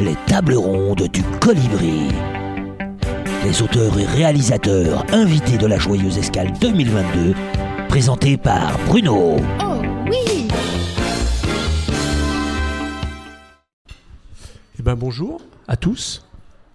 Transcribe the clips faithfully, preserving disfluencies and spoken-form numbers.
les tables rondes du Colibri. Les auteurs et réalisateurs invités de la Joyeuse Escale deux mille vingt-deux, présentés par Bruno. Oh oui. Eh ben bonjour à tous.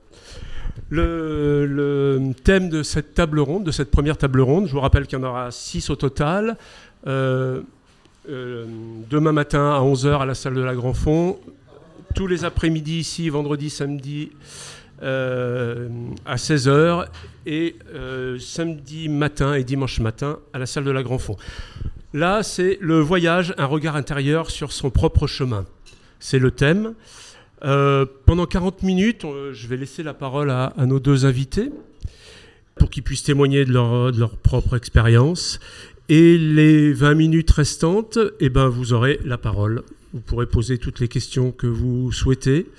Le, le thème de cette table ronde, de cette première table ronde, je vous rappelle qu'il y en aura six au total. Euh, euh, demain matin à onze heures à la salle de la Grand Fond. Tous les après-midi ici, vendredi, samedi euh, à seize heures. Et euh, samedi matin et dimanche matin à la salle de la Grand Fond. Là, c'est le voyage, un regard intérieur sur son propre chemin. C'est le thème. Euh, pendant quarante minutes, euh, je vais laisser la parole à, à nos deux invités pour qu'ils puissent témoigner de leur, de leur propre expérience. Et les vingt minutes restantes, eh ben, vous aurez la parole. Vous pourrez poser toutes les questions que vous souhaitez.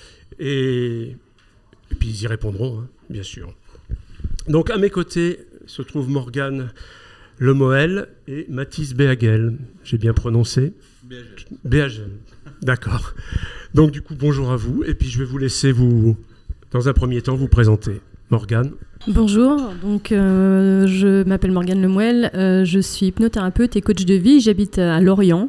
Et, et puis ils y répondront, hein, bien sûr. Donc à mes côtés se trouve Morgane Lemoel et Mathis Béhagel. J'ai bien prononcé ? Béhagel. Béhagel. D'accord. Donc du coup, bonjour à vous. Et puis je vais vous laisser, vous, dans un premier temps, vous présenter. Morgane. Bonjour, donc euh, je m'appelle Morgane Lemoel, euh, je suis hypnothérapeute et coach de vie, j'habite à Lorient.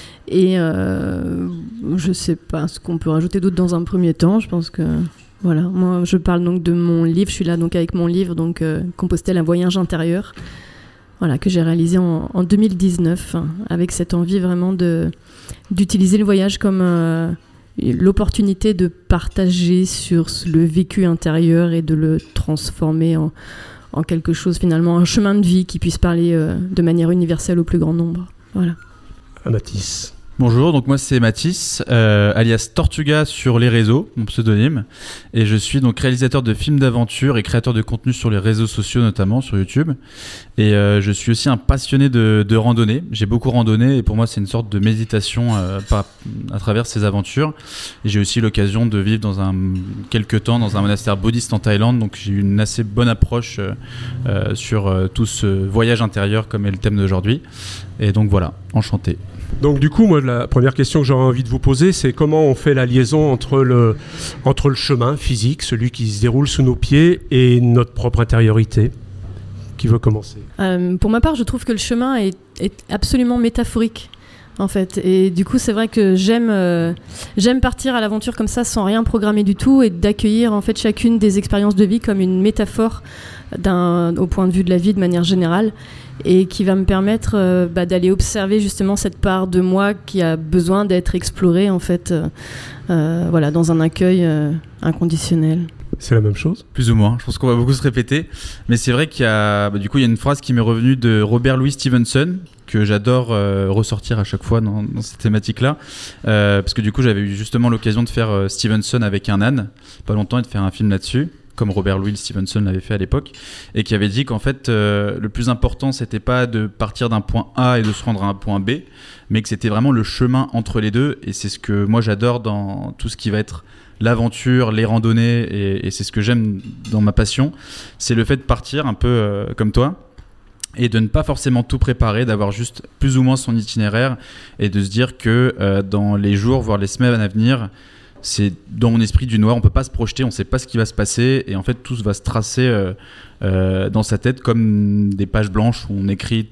Et euh, je ne sais pas ce qu'on peut rajouter d'autre dans un premier temps. Je pense que voilà, moi je parle donc de mon livre. Je suis là donc avec mon livre, donc euh, Compostelle, un voyage intérieur, voilà, que j'ai réalisé en, en deux mille dix-neuf, hein, avec cette envie vraiment de d'utiliser le voyage comme euh, l'opportunité de partager sur le vécu intérieur et de le transformer en, en quelque chose finalement, un chemin de vie qui puisse parler euh, de manière universelle au plus grand nombre. Voilà. À Mathis. Bonjour, donc moi c'est Mathis, euh, alias Tortuga sur les réseaux, mon pseudonyme, et je suis donc réalisateur de films d'aventure et créateur de contenu sur les réseaux sociaux, notamment sur YouTube. Et euh, je suis aussi un passionné de, de randonnée. J'ai beaucoup randonné et pour moi c'est une sorte de méditation euh, par, à travers ces aventures. Et j'ai aussi l'occasion de vivre dans un quelques temps dans un monastère bouddhiste en Thaïlande, donc j'ai eu une assez bonne approche euh, euh, sur euh, tout ce voyage intérieur comme est le thème d'aujourd'hui. Et donc voilà, enchanté. Donc du coup, moi, la première question que j'aurais envie de vous poser, c'est comment on fait la liaison entre le, entre le chemin physique, celui qui se déroule sous nos pieds, et notre propre intériorité. Qui veut commencer ? euh, Pour ma part, je trouve que le chemin est, est absolument métaphorique, en fait. Et du coup, c'est vrai que j'aime, euh, j'aime partir à l'aventure comme ça, sans rien programmer du tout, et d'accueillir en fait chacune des expériences de vie comme une métaphore d'un, au point de vue de la vie de manière générale, et qui va me permettre euh, bah, d'aller observer justement cette part de moi qui a besoin d'être explorée en fait, euh, euh, voilà, dans un accueil euh, inconditionnel. C'est la même chose ? Plus ou moins, je pense qu'on va beaucoup se répéter. Mais c'est vrai qu'il y a, bah, du coup, il y a une phrase qui m'est revenue de Robert Louis Stevenson, que j'adore euh, ressortir à chaque fois dans, dans cette thématique-là. Euh, parce que du coup, j'avais eu justement l'occasion de faire euh, Stevenson avec un âne, pas longtemps, et de faire un film là-dessus, comme Robert Louis Stevenson l'avait fait à l'époque, et qui avait dit qu'en fait, euh, le plus important, c'était pas de partir d'un point A et de se rendre à un point B, mais que c'était vraiment le chemin entre les deux. Et c'est ce que moi, j'adore dans tout ce qui va être l'aventure, les randonnées, et, et c'est ce que j'aime dans ma passion, c'est le fait de partir un peu euh, comme toi, et de ne pas forcément tout préparer, d'avoir juste plus ou moins son itinéraire, et de se dire que euh, dans les jours, voire les semaines à venir, c'est dans mon esprit du noir, on peut pas se projeter, on sait pas ce qui va se passer, et en fait tout va se tracer euh, euh, dans sa tête comme des pages blanches où on écrit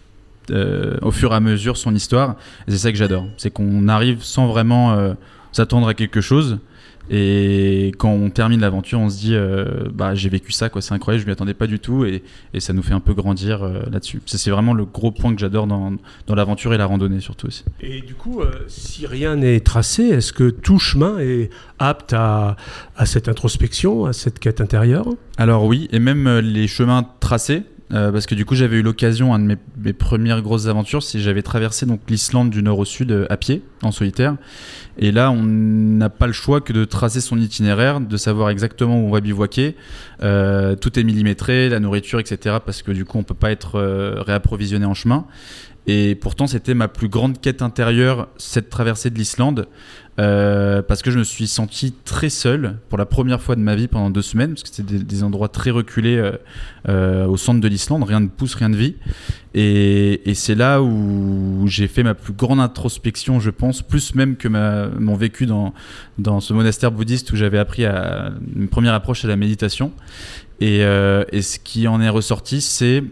euh, au fur et à mesure son histoire. Et c'est ça que j'adore, c'est qu'on arrive sans vraiment euh, s'attendre à quelque chose, et quand on termine l'aventure on se dit euh, bah j'ai vécu ça quoi, c'est incroyable, je m'y attendais pas du tout, et, et ça nous fait un peu grandir euh, là-dessus. Ça, c'est vraiment le gros point que j'adore dans, dans l'aventure et la randonnée surtout aussi. Et du coup, euh, si rien n'est tracé, est-ce que tout chemin est apte à, à cette introspection, à cette quête intérieure ? Alors oui, et même euh, les chemins tracés, Euh, parce que du coup j'avais eu l'occasion, un de mes, mes premières grosses aventures, c'est j'avais traversé donc l'Islande du nord au sud euh, à pied, en solitaire, et là on n'a pas le choix que de tracer son itinéraire, de savoir exactement où on va bivouaquer, euh, tout est millimétré, la nourriture, etc., parce que du coup on peut pas être euh, réapprovisionné en chemin, Et pourtant, c'était ma plus grande quête intérieure, cette traversée de l'Islande, euh, parce que je me suis senti très seul pour la première fois de ma vie pendant deux semaines, parce que c'était des, des endroits très reculés euh, euh, au centre de l'Islande, rien ne pousse, rien de vie. Et, et c'est là où j'ai fait ma plus grande introspection, je pense, plus même que ma, mon vécu dans, dans ce monastère bouddhiste où j'avais appris à, une première approche à la méditation. Et, euh, et ce qui en est ressorti, c'est...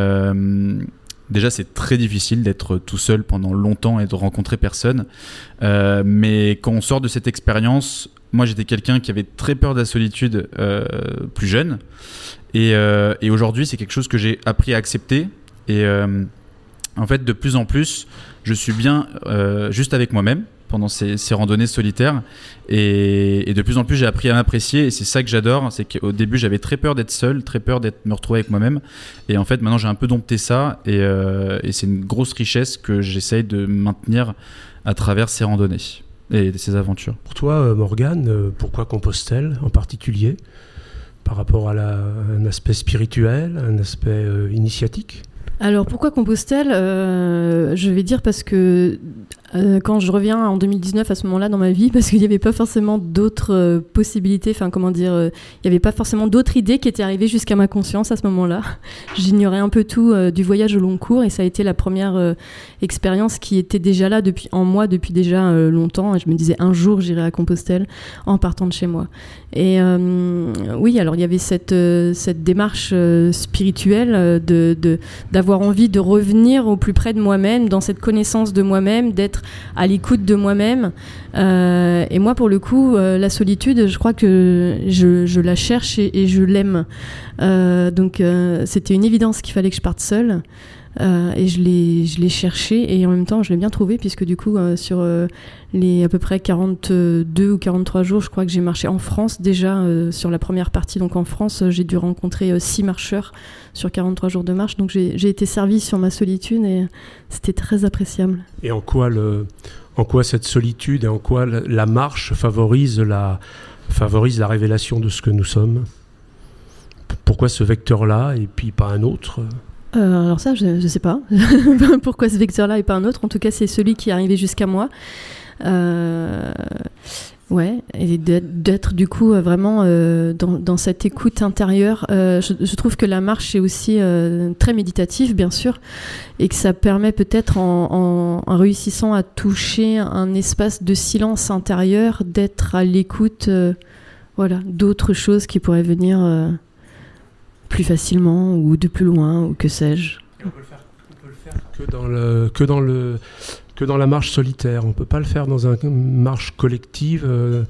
Euh, Déjà, c'est très difficile d'être tout seul pendant longtemps et de rencontrer personne. Euh, mais quand on sort de cette expérience, moi, j'étais quelqu'un qui avait très peur de la solitude euh, plus jeune. Et, euh, et aujourd'hui, c'est quelque chose que j'ai appris à accepter. Et euh, en fait, de plus en plus, je suis bien euh, juste avec moi-même pendant ces, ces randonnées solitaires. Et, et de plus en plus, j'ai appris à m'apprécier. Et c'est ça que j'adore. C'est qu'au début, j'avais très peur d'être seul, très peur d'être me retrouver avec moi-même. Et en fait, maintenant, j'ai un peu dompté ça. Et, euh, et c'est une grosse richesse que j'essaye de maintenir à travers ces randonnées et ces aventures. Pour toi, Morgane, pourquoi Compostelle en particulier, par rapport à, la, à un aspect spirituel, un aspect euh, initiatique ? Alors pourquoi Compostelle euh, Je vais dire parce que euh, quand je reviens en deux mille dix-neuf à ce moment-là dans ma vie, parce qu'il n'y avait pas forcément d'autres euh, possibilités, enfin comment dire, euh, il n'y avait pas forcément d'autres idées qui étaient arrivées jusqu'à ma conscience à ce moment-là. J'ignorais un peu tout euh, du voyage au long cours et ça a été la première euh, expérience qui était déjà là depuis, en moi depuis déjà euh, longtemps. Et je me disais un jour j'irai à Compostelle en partant de chez moi. Et euh, oui, alors il y avait cette, euh, cette démarche euh, spirituelle euh, de, de, d'avoir envie de revenir au plus près de moi-même, dans cette connaissance de moi-même, d'être à l'écoute de moi-même. Euh, et moi, pour le coup, euh, la solitude, je crois que je, je la cherche et, et je l'aime. Euh, donc, euh, c'était une évidence qu'il fallait que je parte seule. Euh, et je l'ai, je l'ai cherché et en même temps je l'ai bien trouvé puisque du coup euh, sur euh, les à peu près quarante-deux ou quarante-trois jours je crois que j'ai marché en France déjà euh, sur la première partie, donc en France euh, j'ai dû rencontrer euh, six marcheurs sur quarante-trois jours de marche, donc j'ai, j'ai été servie sur ma solitude et c'était très appréciable. Et en quoi, le, en quoi cette solitude et en quoi la, la marche favorise la, favorise la révélation de ce que nous sommes ? Pourquoi ce vecteur-là et puis pas un autre ? Euh, alors ça, je ne sais pas. Pourquoi ce vecteur-là et pas un autre ? En tout cas, c'est celui qui est arrivé jusqu'à moi. Euh, ouais, et d'être, d'être du coup vraiment euh, dans, dans cette écoute intérieure. Euh, je, je trouve que la marche est aussi euh, très méditative, bien sûr, et que ça permet peut-être en, en, en réussissant à toucher un espace de silence intérieur, d'être à l'écoute euh, voilà, d'autres choses qui pourraient venir... Euh, plus facilement ou de plus loin ou que sais-je. On peut le faire, on peut le faire que dans le que dans le que dans la marche solitaire. On peut pas le faire dans une marche collective. Euh...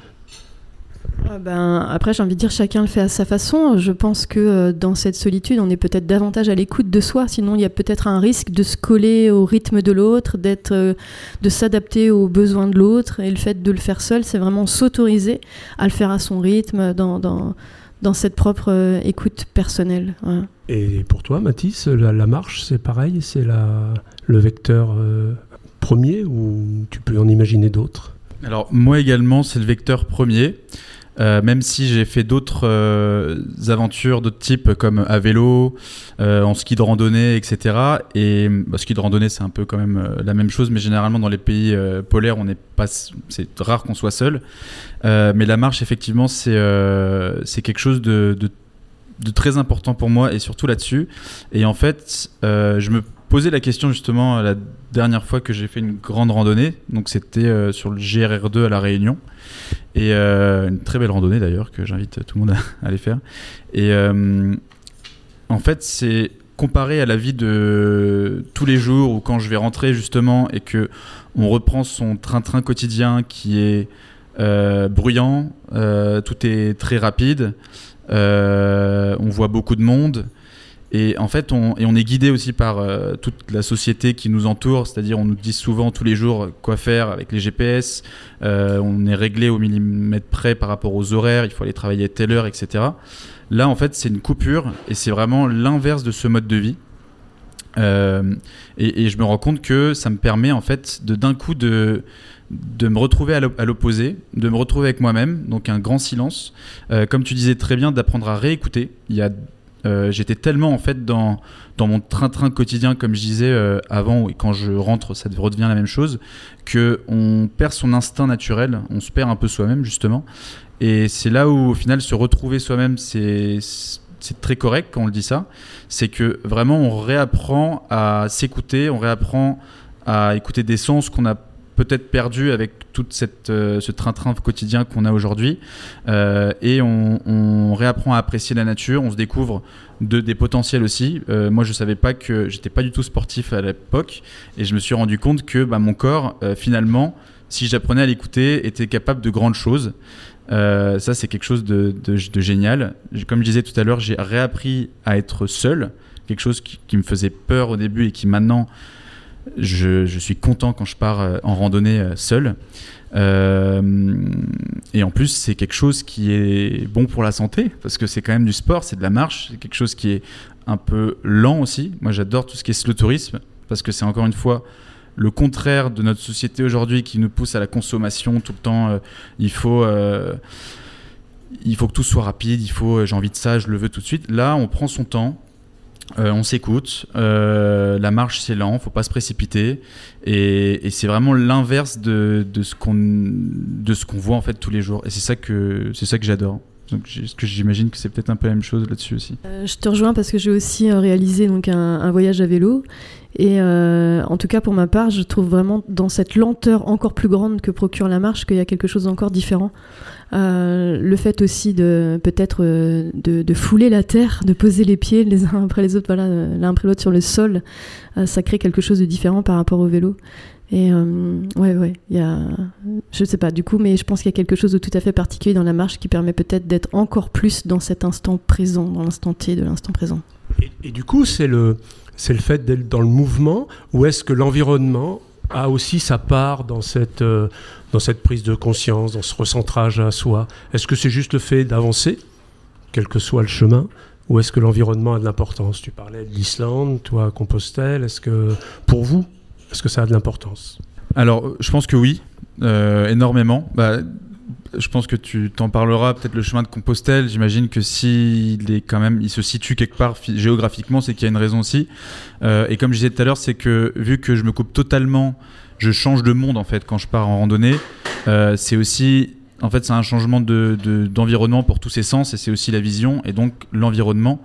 Ah ben, après, j'ai envie de dire chacun le fait à sa façon. Je pense que euh, dans cette solitude, on est peut-être davantage à l'écoute de soi. Sinon, il y a peut-être un risque de se coller au rythme de l'autre, d'être, euh, de s'adapter aux besoins de l'autre. Et le fait de le faire seul, c'est vraiment s'autoriser à le faire à son rythme, dans dans dans cette propre euh, écoute personnelle. Ouais. Et pour toi, Mathis, la, la marche, c'est pareil, c'est la, le vecteur euh, premier ou tu peux en imaginer d'autres ? Alors moi également, c'est le vecteur premier. Euh, même si j'ai fait d'autres euh, aventures d'autres types comme à vélo, euh, en ski de randonnée, et cetera. Et bah, ski de randonnée, c'est un peu quand même euh, la même chose, mais généralement dans les pays euh, polaires, on n'est pas, c'est rare qu'on soit seul. Euh, mais la marche, effectivement, c'est euh, c'est quelque chose de, de, de très important pour moi et surtout là-dessus. Et en fait, euh, je me posais la question justement la dernière fois que j'ai fait une grande randonnée. Donc c'était euh, sur le G R R deux à La Réunion. Et euh, une très belle randonnée d'ailleurs que j'invite tout le monde à, à aller faire. Et euh, en fait, c'est comparé à la vie de tous les jours ou quand je vais rentrer justement et que on reprend son train-train quotidien qui est euh, bruyant, euh, tout est très rapide, euh, on voit beaucoup de monde. Et en fait, on, et on est guidé aussi par euh, toute la société qui nous entoure, c'est-à-dire on nous dit souvent tous les jours quoi faire avec les G P S, euh, on est réglé au millimètre près par rapport aux horaires, il faut aller travailler à telle heure, et cetera. Là, en fait, c'est une coupure et c'est vraiment l'inverse de ce mode de vie. Euh, et, et je me rends compte que ça me permet en fait de d'un coup de de me retrouver à l'opposé, de me retrouver avec moi-même, donc un grand silence. Euh, comme tu disais très bien, d'apprendre à réécouter. Il y a Euh, j'étais tellement en fait dans, dans mon train-train quotidien, comme je disais euh, avant, et quand je rentre, ça redevient la même chose, qu'on perd son instinct naturel, on se perd un peu soi-même justement. Et c'est là où au final se retrouver soi-même, c'est, c'est très correct quand on le dit ça. C'est que vraiment on réapprend à s'écouter, on réapprend à écouter des sens qu'on a peut-être perdu avec tout cette, euh, ce train-train quotidien qu'on a aujourd'hui. Euh, et on, on réapprend à apprécier la nature, on se découvre de, des potentiels aussi. Euh, moi, je ne savais pas que j'étais pas du tout sportif à l'époque et je me suis rendu compte que bah, mon corps, euh, finalement, si j'apprenais à l'écouter, était capable de grandes choses. Euh, ça, c'est quelque chose de, de, de génial. Comme je disais tout à l'heure, j'ai réappris à être seul, quelque chose qui, qui me faisait peur au début et qui maintenant... Je, je suis content quand je pars en randonnée seul. Euh, et en plus, c'est quelque chose qui est bon pour la santé parce que c'est quand même du sport, c'est de la marche, c'est quelque chose qui est un peu lent aussi. Moi, j'adore tout ce qui est slow tourisme parce que c'est encore une fois le contraire de notre société aujourd'hui qui nous pousse à la consommation tout le temps. Euh, il faut... Euh, il faut que tout soit rapide, il faut, j'ai envie de ça, je le veux tout de suite. Là, on prend son temps. Euh, on s'écoute, euh, la marche c'est lent, faut pas se précipiter et, et c'est vraiment l'inverse de, de, ce qu'on, de ce qu'on voit en fait tous les jours et c'est ça que, c'est ça que j'adore. Donc, ce que j'imagine que c'est peut-être un peu la même chose là-dessus aussi. Euh, je te rejoins parce que j'ai aussi euh, réalisé donc, un, un voyage à vélo et euh, en tout cas pour ma part je trouve vraiment dans cette lenteur encore plus grande que procure la marche qu'il y a quelque chose d'encore différent. Euh, le fait aussi de peut-être euh, de, de fouler la terre, de poser les pieds les uns après les autres, voilà, euh, l'un après l'autre sur le sol, euh, ça crée quelque chose de différent par rapport au vélo. Et euh, ouais, ouais, il y a, je sais pas du coup, mais je pense qu'il y a quelque chose de tout à fait particulier dans la marche qui permet peut-être d'être encore plus dans cet instant présent, dans l'instant T de l'instant présent. Et, et du coup, c'est le, c'est le fait d'être dans le mouvement, ou est-ce que l'environnement a aussi sa part dans cette, euh, dans cette prise de conscience, dans ce recentrage à soi? Est-ce que c'est juste le fait d'avancer, quel que soit le chemin, ou est-ce que l'environnement a de l'importance? Tu parlais de l'Islande, toi, Compostelle, est-ce que, pour vous, est-ce que ça a de l'importance? Alors, je pense que oui, euh, énormément. Bah, je pense que tu t'en parleras, peut-être le chemin de Compostelle. J'imagine que s'il est quand même, il se situe quelque part géographiquement, c'est qu'il y a une raison aussi. Euh, et comme je disais tout à l'heure, c'est que vu que je me coupe totalement, je change de monde en fait quand je pars en randonnée. Euh, c'est aussi, en fait, c'est un changement de, de, d'environnement pour tous ses sens et c'est aussi la vision et donc l'environnement.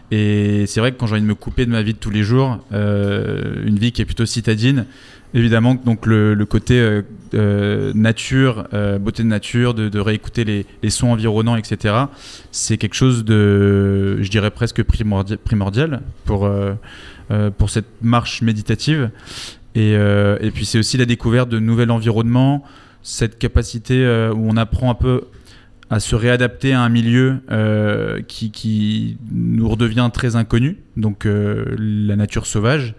Et c'est vrai que quand j'ai envie de me couper de ma vie de tous les jours, euh, une vie qui est plutôt citadine, évidemment, donc le, le côté euh, euh, nature, euh, beauté de nature, de, de réécouter les, les sons environnants, et cetera, c'est quelque chose de, je dirais presque primordial, primordial pour, euh, euh, pour cette marche méditative. Et, euh, et puis c'est aussi la découverte de nouveaux environnements, cette capacité euh, où on apprend un peu à se réadapter à un milieu euh, qui, qui nous redevient très inconnu, donc euh, la nature sauvage.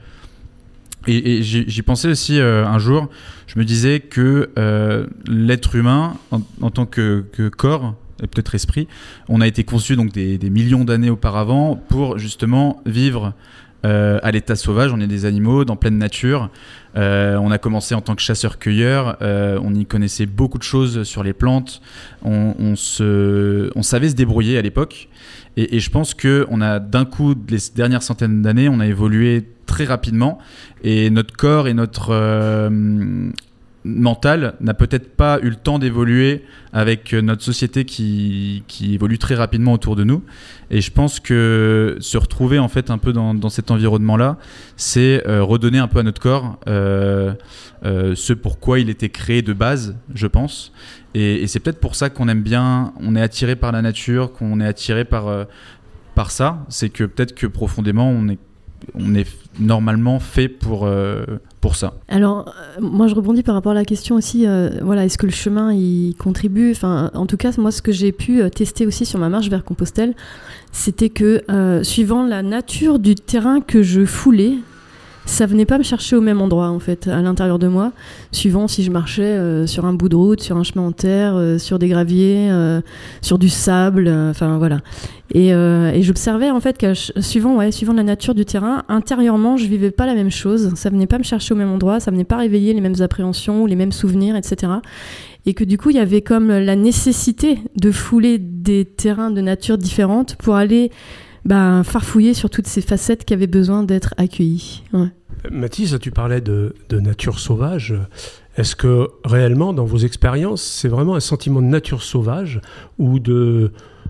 Et, et j'y, j'y pensais aussi euh, un jour, je me disais que euh, l'être humain, en, en tant que, que corps, et peut-être esprit, on a été conçu donc des, des millions d'années auparavant pour justement vivre euh, à l'état sauvage. On est des animaux dans pleine nature. Euh, on a commencé en tant que chasseur-cueilleur. Euh, on y connaissait beaucoup de choses sur les plantes. On, on, se, on savait se débrouiller à l'époque. Et, et je pense qu'on a d'un coup, les dernières centaines d'années, on a évolué très rapidement et notre corps et notre euh, mental n'a peut-être pas eu le temps d'évoluer avec notre société qui, qui évolue très rapidement autour de nous. Et je pense que se retrouver en fait un peu dans, dans cet environnement-là, c'est euh, redonner un peu à notre corps euh, euh, ce pourquoi il était créé de base, je pense. Et, et c'est peut-être pour ça qu'on aime bien, on est attiré par la nature, qu'on est attiré par, euh, par ça. C'est que peut-être que profondément, on est on est normalement fait pour, euh, pour ça. Alors, euh, moi je rebondis par rapport à la question aussi, euh, voilà, est-ce que le chemin il contribue? Enfin, en tout cas, moi ce que j'ai pu euh, tester aussi sur ma marche vers Compostelle, c'était que euh, suivant la nature du terrain que je foulais, ça venait pas me chercher au même endroit en fait, à l'intérieur de moi, suivant si je marchais euh, sur un bout de route, sur un chemin en terre, euh, sur des graviers, euh, sur du sable, enfin euh, voilà. Et, euh, et j'observais en fait que suivant, ouais, suivant la nature du terrain, intérieurement, je vivais pas la même chose, ça venait pas me chercher au même endroit, ça venait pas réveiller les mêmes appréhensions ou les mêmes souvenirs, et cetera. Et que du coup, il y avait comme la nécessité de fouler des terrains de nature différentes pour aller bah, farfouiller sur toutes ces facettes qui avaient besoin d'être accueillies. Ouais. Mathis, tu parlais de, de nature sauvage. Est-ce que réellement, dans vos expériences, c'est vraiment un sentiment de nature sauvage ou de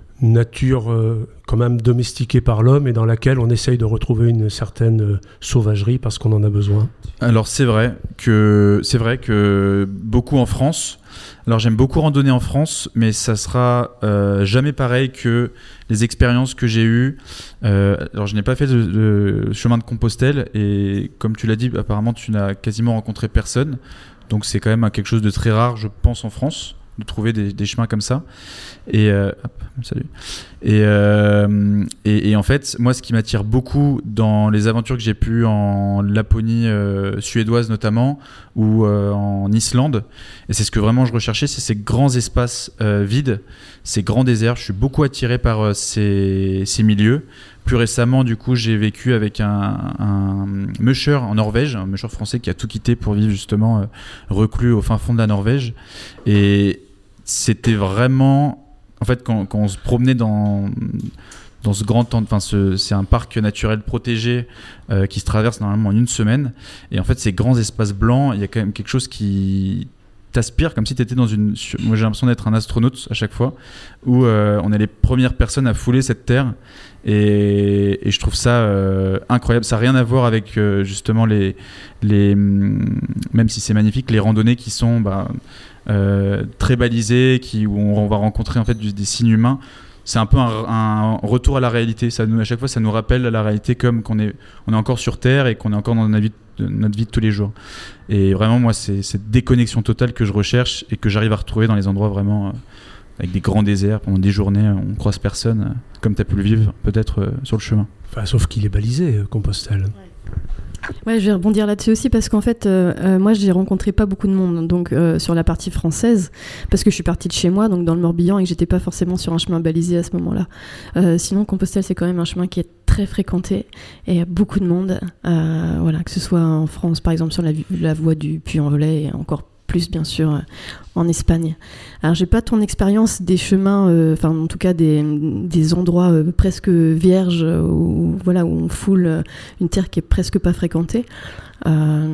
nature euh, quand même domestiquée par l'homme et dans laquelle on essaye de retrouver une certaine euh, sauvagerie parce qu'on en a besoin? Alors c'est vrai que c'est vrai que beaucoup en France. Alors j'aime beaucoup randonner en France, mais ça sera euh, jamais pareil que les expériences que j'ai eues. Euh, alors je n'ai pas fait de, de chemin de Compostelle et comme tu l'as dit, apparemment tu n'as quasiment rencontré personne. Donc c'est quand même quelque chose de très rare, je pense, en France, de trouver des, des chemins comme ça. Et euh, hop, salut. Et, euh, et, et en fait, moi, ce qui m'attire beaucoup dans les aventures que j'ai pu en Laponie euh, suédoise notamment ou euh, en Islande, et c'est ce que vraiment je recherchais, c'est ces grands espaces euh, vides, ces grands déserts. Je suis beaucoup attiré par euh, ces, ces milieux. Plus récemment, du coup, j'ai vécu avec un, un musher en Norvège, un musher français qui a tout quitté pour vivre justement euh, reclus au fin fond de la Norvège. Et c'était vraiment... En fait, quand, quand on se promenait dans, dans ce grand temps... Enfin, ce, c'est un parc naturel protégé euh, qui se traverse normalement en une semaine. Et en fait, ces grands espaces blancs, il y a quand même quelque chose qui... t'aspires comme si tu étais dans une... Moi, j'ai l'impression d'être un astronaute à chaque fois, où euh, on est les premières personnes à fouler cette terre. Et, et je trouve ça euh, incroyable. Ça n'a rien à voir avec euh, justement les, les... Même si c'est magnifique, les randonnées qui sont bah, euh, très balisées, qui, où on va rencontrer en fait du, des signes humains. C'est un peu un, un retour à la réalité. Ça nous, à chaque fois, ça nous rappelle la réalité comme qu'on est, on est encore sur Terre et qu'on est encore dans notre vie, notre vie de tous les jours. Et vraiment, moi, c'est cette déconnexion totale que je recherche et que j'arrive à retrouver dans les endroits vraiment euh, avec des grands déserts. Pendant des journées, on croise personne, euh, comme tu as pu le vivre peut-être euh, sur le chemin. Enfin, sauf qu'il est balisé, euh, Compostelle. Ouais. Ouais, je vais rebondir là-dessus aussi parce qu'en fait, euh, euh, moi, j'ai rencontré pas beaucoup de monde donc euh, sur la partie française parce que je suis partie de chez moi, donc dans le Morbihan, et que j'étais pas forcément sur un chemin balisé à ce moment-là. Euh, sinon, Compostelle, c'est quand même un chemin qui est très fréquenté et il y a beaucoup de monde. Euh, voilà, que ce soit en France, par exemple, sur la, la voie du Puy-en-Velay et encore plus, bien sûr, euh, en Espagne. Alors, j'ai pas ton expérience des chemins, enfin, euh, en tout cas des, des endroits euh, presque vierges où, voilà, où on foule euh, une terre qui est presque pas fréquentée. Euh,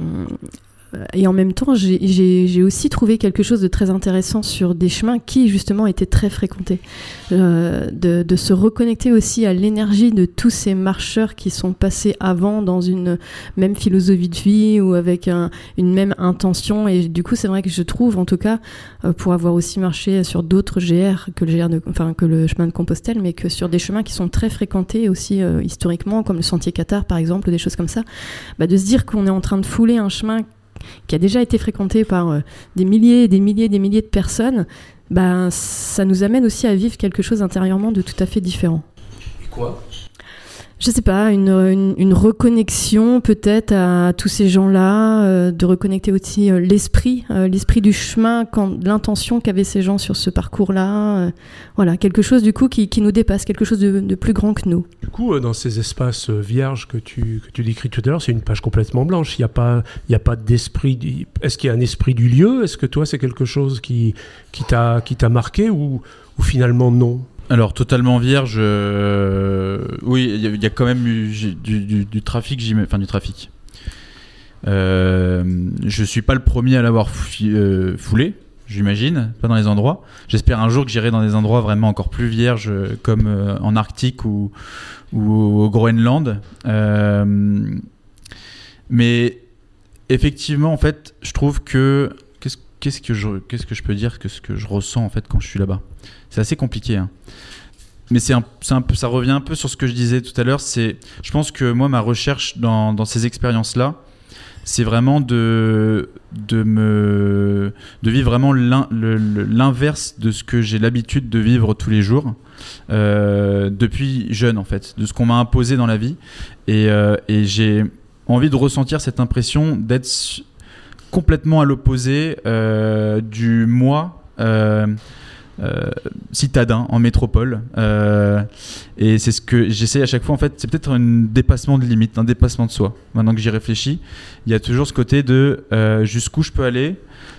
Et en même temps, j'ai, j'ai, j'ai aussi trouvé quelque chose de très intéressant sur des chemins qui, justement, étaient très fréquentés. Euh, de, de se reconnecter aussi à l'énergie de tous ces marcheurs qui sont passés avant dans une même philosophie de vie ou avec un, une même intention. Et du coup, c'est vrai que je trouve, en tout cas, euh, pour avoir aussi marché sur d'autres G R que le, G R de, enfin, que le chemin de Compostelle, mais que sur des chemins qui sont très fréquentés aussi euh, historiquement, comme le sentier Qatar, par exemple, ou des choses comme ça, bah, de se dire qu'on est en train de fouler un chemin qui a déjà été fréquenté par euh, des milliers et des milliers et des milliers de personnes, ben, ça nous amène aussi à vivre quelque chose intérieurement de tout à fait différent. Et quoi ? Je sais pas, une, une, une reconnexion peut-être à tous ces gens-là, euh, de reconnecter aussi euh, l'esprit, euh, l'esprit du chemin, quand, l'intention qu'avaient ces gens sur ce parcours-là. Euh, voilà, quelque chose du coup qui, qui nous dépasse, quelque chose de, de plus grand que nous. Du coup, euh, dans ces espaces euh, vierges que tu, que tu décris tout à l'heure, c'est une page complètement blanche. Il n'y a pas, il n'y a pas d'esprit. Est-ce qu'il y a un esprit du lieu ? Est-ce que toi, c'est quelque chose qui, qui, t'a, qui t'a marqué ou, ou finalement non ? Alors totalement vierge, euh, oui, il y, y a quand même eu, du, du, du trafic, j'y mets, enfin du trafic. Euh, je suis pas le premier à l'avoir fou, euh, foulé, j'imagine, pas dans les endroits. J'espère un jour que j'irai dans des endroits vraiment encore plus vierges, comme euh, en Arctique ou, ou au Groenland. Euh, mais effectivement, en fait, je trouve que qu'est-ce, qu'est-ce que je, qu'est-ce que je peux dire que ce que je ressens en fait quand je suis là-bas. C'est assez compliqué, hein. Mais c'est un, c'est un peu, ça revient un peu sur ce que je disais tout à l'heure. C'est, je pense que moi, ma recherche dans, dans ces expériences-là, c'est vraiment de, de, me, de vivre vraiment l'in, le, le, l'inverse de ce que j'ai l'habitude de vivre tous les jours, euh, depuis jeune en fait, de ce qu'on m'a imposé dans la vie. Et, euh, et j'ai envie de ressentir cette impression d'être complètement à l'opposé euh, du moi. Euh, Euh, citadin en métropole euh, et c'est ce que j'essaie à chaque fois en fait. C'est peut-être un dépassement de limite, un dépassement de soi. Maintenant que j'y réfléchis, il y a toujours ce côté de euh, jusqu'où je peux aller,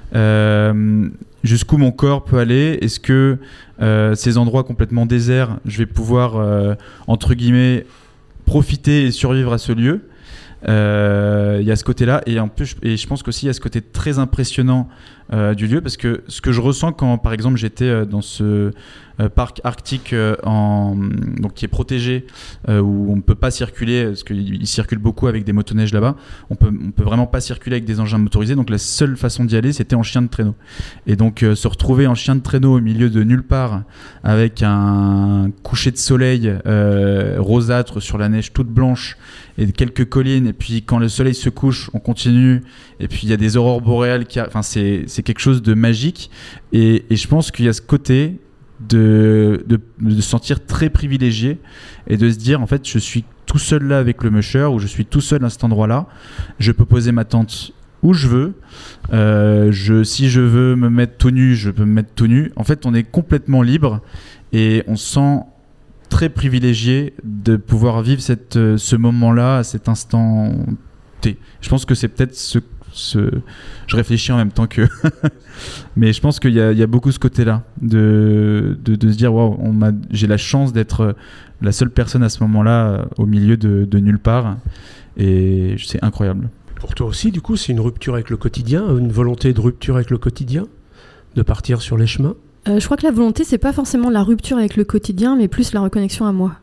Euh, jusqu'où mon corps peut aller? Est-ce que euh, ces endroits complètement déserts, je vais pouvoir, euh, entre guillemets, profiter et survivre à ce lieu? Il euh, y a ce côté-là, et en plus, et je pense qu'aussi il y a ce côté très impressionnant euh, du lieu, parce que ce que je ressens quand, par exemple, j'étais euh, dans ce euh, parc arctique euh, en, donc qui est protégé, euh, où on ne peut pas circuler, parce qu'il circule beaucoup avec des motoneiges là-bas, on peut, on peut vraiment pas circuler avec des engins motorisés, donc la seule façon d'y aller, c'était en chien de traîneau. Et donc euh, se retrouver en chien de traîneau au milieu de nulle part, avec un coucher de soleil euh, rosâtre sur la neige toute blanche, et quelques collines, et puis quand le soleil se couche, on continue, et puis il y a des aurores boréales qui, enfin c'est c'est quelque chose de magique, et, et je pense qu'il y a ce côté de de de se sentir très privilégié et de se dire en fait je suis tout seul là avec le musher, ou je suis tout seul à cet endroit-là, je peux poser ma tente où je veux, euh, je si je veux me mettre tout nu, je peux me mettre tout nu. En fait, on est complètement libre et on se sent très privilégié de pouvoir vivre cette, ce moment-là, à cet instant T. Je pense que c'est peut-être ce, ce... Je réfléchis en même temps que... Mais je pense qu'il y a, il y a beaucoup ce côté-là, de, de, de se dire, wow, on m'a... j'ai la chance d'être la seule personne à ce moment-là au milieu de, de nulle part. Et c'est incroyable. Pour toi aussi, du coup, c'est une rupture avec le quotidien, une volonté de rupture avec le quotidien, de partir sur les chemins? Euh, je crois que la volonté, c'est pas forcément la rupture avec le quotidien, mais plus la reconnexion à moi.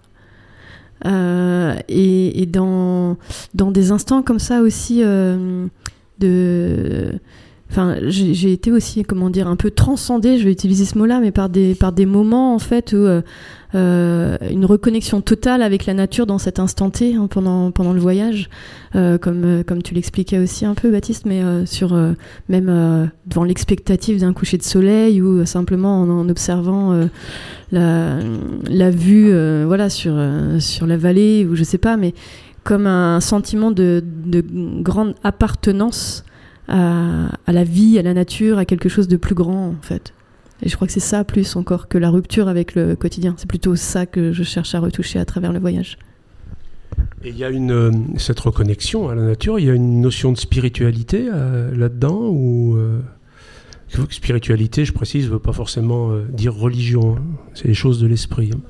Euh, et et dans, dans des instants comme ça aussi, euh, de... Enfin, j'ai, j'ai été aussi, comment dire, un peu transcendée, je vais utiliser ce mot-là, mais par des, par des moments, en fait, où euh, euh, une reconnexion totale avec la nature dans cet instant T, hein, pendant, pendant le voyage, euh, comme, euh, comme tu l'expliquais aussi un peu, Baptiste, mais euh, sur, euh, même euh, devant l'expectative d'un coucher de soleil, ou euh, simplement en, en observant euh, la, la vue euh, voilà, sur, euh, sur la vallée, ou je sais pas, mais comme un sentiment de, de grande appartenance À, à la vie, à la nature, à quelque chose de plus grand en fait. Et je crois que c'est ça plus encore que la rupture avec le quotidien. C'est plutôt ça que je cherche à retoucher à travers le voyage. Et il y a une, euh, cette reconnexion à la nature, il y a une notion de spiritualité euh, là-dedans, ou euh, spiritualité, je précise, ne veut pas forcément euh, dire religion, hein. C'est les choses de l'esprit. Hein.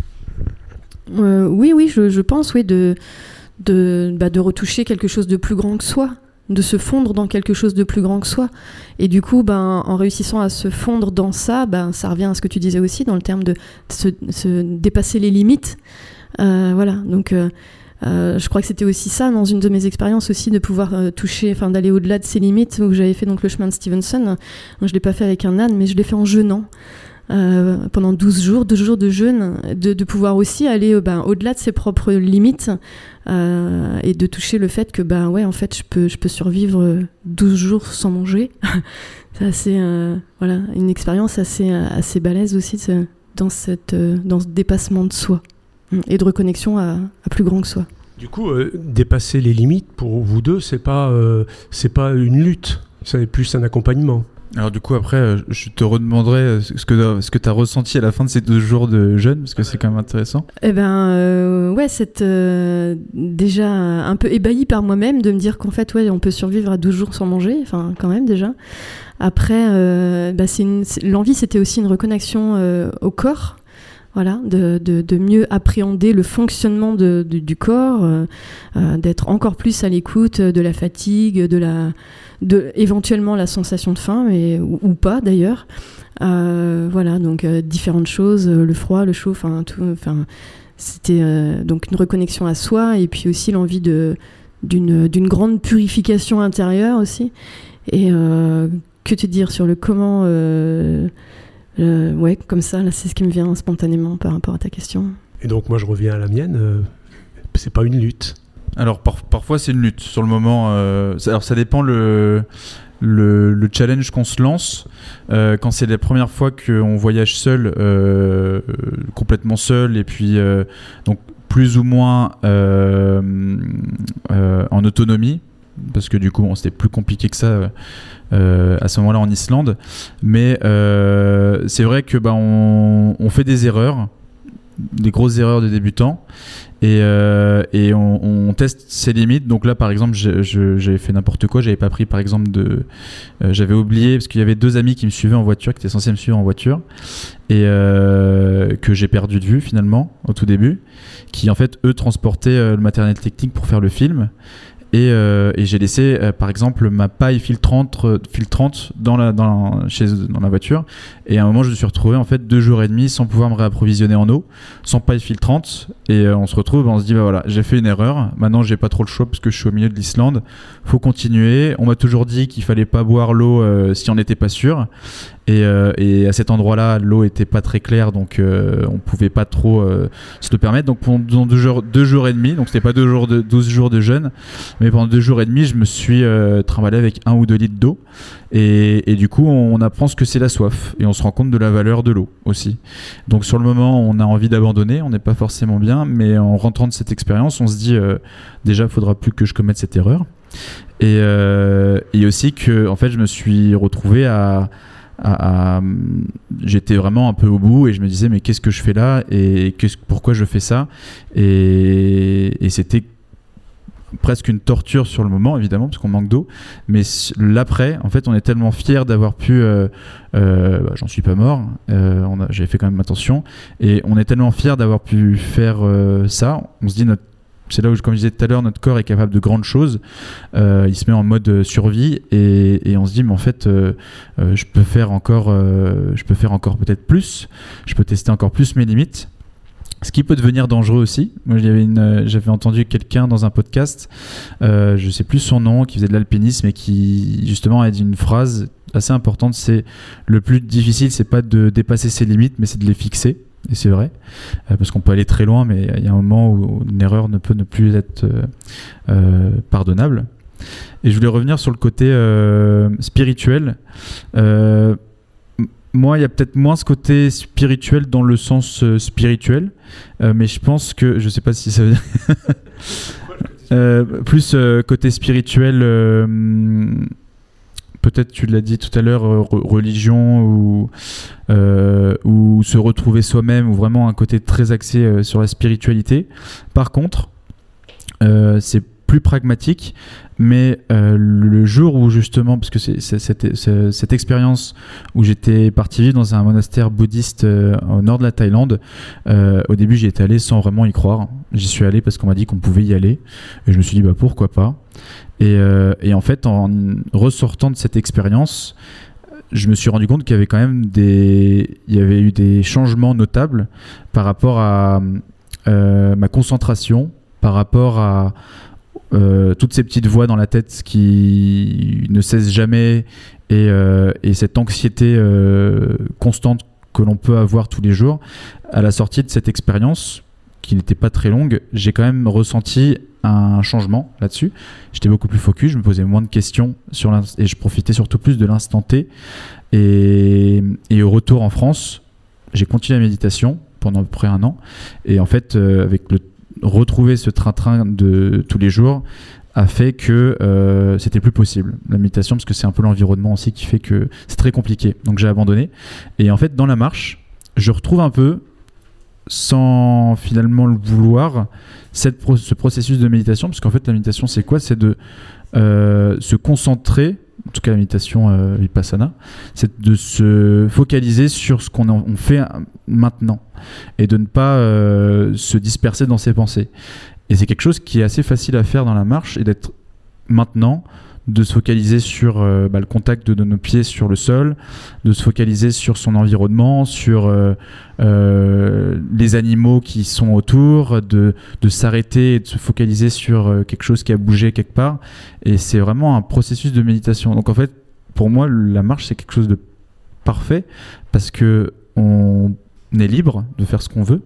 Euh, oui, oui, je, je pense, oui, de, de, bah, de retoucher quelque chose de plus grand que soi, de se fondre dans quelque chose de plus grand que soi. Et du coup, ben, en réussissant à se fondre dans ça, ben, ça revient à ce que tu disais aussi, dans le terme de se, se dépasser les limites. Euh, voilà, donc euh, euh, je crois que c'était aussi ça, dans une de mes expériences aussi, de pouvoir euh, toucher, enfin d'aller au-delà de ses limites, où j'avais fait donc le chemin de Stevenson. Je ne l'ai pas fait avec un âne, mais je l'ai fait en jeûnant. Euh, pendant douze jours, douze jours de jeûne, de, de pouvoir aussi aller euh, ben, au-delà de ses propres limites, euh, et de toucher le fait que ben, ouais, en fait, je peux, je peux survivre douze jours sans manger. C'est assez, euh, voilà, une expérience assez, assez balèze aussi ce, dans, cette, euh, dans ce dépassement de soi et de reconnexion à, à plus grand que soi. Du coup, euh, dépasser les limites, pour vous deux, c'est pas, euh, c'est pas une lutte, c'est plus un accompagnement. Alors du coup après je te redemanderai ce que, ce que tu as ressenti à la fin de ces douze jours de jeûne, parce que c'est quand même intéressant. Eh ben euh, ouais, c'est euh, déjà un peu ébahi par moi-même de me dire qu'en fait ouais, on peut survivre à douze jours sans manger, enfin quand même déjà. Après euh, bah, c'est une, c'est, l'envie c'était aussi une reconnexion euh, au corps. Voilà, de, de, de mieux appréhender le fonctionnement de, de, du corps, euh, euh, d'être encore plus à l'écoute de la fatigue, de la, de éventuellement la sensation de faim, mais, ou, ou pas d'ailleurs. Euh, voilà, donc euh, différentes choses, le froid, le chaud, enfin tout. Enfin, c'était euh, donc une reconnexion à soi, et puis aussi l'envie de, d'une, d'une grande purification intérieure aussi. Et euh, que te dire sur le comment. Euh, Euh, ouais, comme ça, là, c'est ce qui me vient spontanément par rapport à ta question. Et donc, moi, je reviens à la mienne. Euh, c'est pas une lutte. Alors, par- parfois, c'est une lutte. Sur le moment, euh, ça, alors ça dépend le, le, le challenge qu'on se lance. Euh, quand c'est la première fois qu'on voyage seul, euh, complètement seul, et puis euh, donc plus ou moins euh, euh, en autonomie, parce que du coup, bon, c'était plus compliqué que ça. Euh, à ce moment-là en Islande, mais euh, c'est vrai que bah, on, on fait des erreurs, des grosses erreurs de débutants. Et, euh, et on, on teste ses limites. Donc là, par exemple, je, je, j'avais fait n'importe quoi. J'avais pas pris, par exemple, de. Euh, j'avais oublié parce qu'il y avait deux amis qui me suivaient en voiture, qui étaient censés me suivre en voiture, et euh, que j'ai perdu de vue finalement au tout début, qui en fait eux transportaient euh, le matériel technique pour faire le film. Et, euh, et j'ai laissé euh, par exemple ma paille filtrante, euh, filtrante dans, la, dans, la, chez, dans la voiture, et à un moment je me suis retrouvé en fait deux jours et demi sans pouvoir me réapprovisionner en eau, sans paille filtrante, et euh, on se retrouve, on se dit bah voilà, j'ai fait une erreur, maintenant j'ai pas trop le choix parce que je suis au milieu de l'Islande, faut continuer. On m'a toujours dit qu'il fallait pas boire l'eau euh, si on n'était pas sûr, et, euh, et à cet endroit là l'eau était pas très claire, donc euh, on pouvait pas trop euh, se le permettre. Donc pendant deux jours, deux jours et demi, donc c'était pas deux jours de, douze jours de jeûne, mais pendant deux jours et demi je me suis euh, trimballé avec un ou deux litres d'eau, et, et du coup on apprend ce que c'est la soif, et on se rend compte de la valeur de l'eau aussi. Donc sur le moment on a envie d'abandonner, on n'est pas forcément bien, mais en rentrant de cette expérience on se dit euh, déjà il faudra plus que je commette cette erreur, et, euh, et aussi que en fait je me suis retrouvé à À, à, j'étais vraiment un peu au bout et je me disais mais qu'est-ce que je fais là et qu'est-ce, pourquoi je fais ça, et, et c'était presque une torture sur le moment évidemment parce qu'on manque d'eau, mais l'après en fait on est tellement fiers d'avoir pu euh, euh, bah, j'en suis pas mort, euh, on a, j'ai fait quand même attention, et on est tellement fiers d'avoir pu faire euh, ça, on se dit notre c'est là où, comme je disais tout à l'heure, notre corps est capable de grandes choses. Euh, il se met en mode survie, et, et on se dit mais en fait euh, euh, je peux faire encore euh, je peux faire encore peut-être plus, je peux tester encore plus mes limites, ce qui peut devenir dangereux aussi. Moi j'avais, une, j'avais entendu quelqu'un dans un podcast, euh, je sais plus son nom, qui faisait de l'alpinisme et qui justement a dit une phrase assez importante, c'est le plus difficile c'est pas de dépasser ses limites mais c'est de les fixer. Et c'est vrai, euh, parce qu'on peut aller très loin, mais il y a un moment où une erreur ne peut ne plus être euh, euh, pardonnable. Et je voulais revenir sur le côté euh, spirituel. Euh, m- moi, il y a peut-être moins ce côté spirituel dans le sens euh, spirituel, euh, mais je pense que, je ne sais pas si ça veut dire... euh, plus euh, côté spirituel... Euh, peut-être tu l'as dit tout à l'heure, euh, religion ou, euh, ou se retrouver soi-même, ou vraiment un côté très axé euh, sur la spiritualité. Par contre, euh, c'est plus pragmatique, mais euh, le jour où justement, parce que c'est, c'est, c'est, c'est cette expérience où j'étais parti vivre dans un monastère bouddhiste euh, au nord de la Thaïlande, euh, au début j'y étais allé sans vraiment y croire. J'y suis allé parce qu'on m'a dit qu'on pouvait y aller, et je me suis dit bah pourquoi pas. Et, euh, et en fait, en ressortant de cette expérience, je me suis rendu compte qu'il y avait quand même des, il y avait eu des changements notables par rapport à euh, ma concentration, par rapport à euh, toutes ces petites voix dans la tête qui ne cessent jamais, et, euh, et cette anxiété euh, constante que l'on peut avoir tous les jours. À la sortie de cette expérience, qui n'était pas très longue, j'ai quand même ressenti un changement là-dessus. J'étais beaucoup plus focus, je me posais moins de questions sur et je profitais surtout plus de l'instant T. Et, et au retour en France, j'ai continué la méditation pendant à peu près un an. Et en fait, euh, avec le retrouver ce train-train de tous les jours a fait que euh, c'était plus possible la méditation, parce que c'est un peu l'environnement aussi qui fait que c'est très compliqué. Donc j'ai abandonné. Et en fait, dans la marche, je retrouve un peu, sans finalement le vouloir, cette pro- ce processus de méditation, parce qu'en fait la méditation c'est quoi ? C'est de euh, se concentrer, en tout cas la méditation euh, vipassana, c'est de se focaliser sur ce qu'on en, on fait maintenant, et de ne pas euh, se disperser dans ses pensées. Et c'est quelque chose qui est assez facile à faire dans la marche, et d'être maintenant, de se focaliser sur euh, bah, le contact de, de nos pieds sur le sol, de se focaliser sur son environnement, sur euh, euh, les animaux qui sont autour, de, de s'arrêter et de se focaliser sur euh, quelque chose qui a bougé quelque part. Et c'est vraiment un processus de méditation. Donc en fait, pour moi, la marche, c'est quelque chose de parfait, parce que on est libre de faire ce qu'on veut,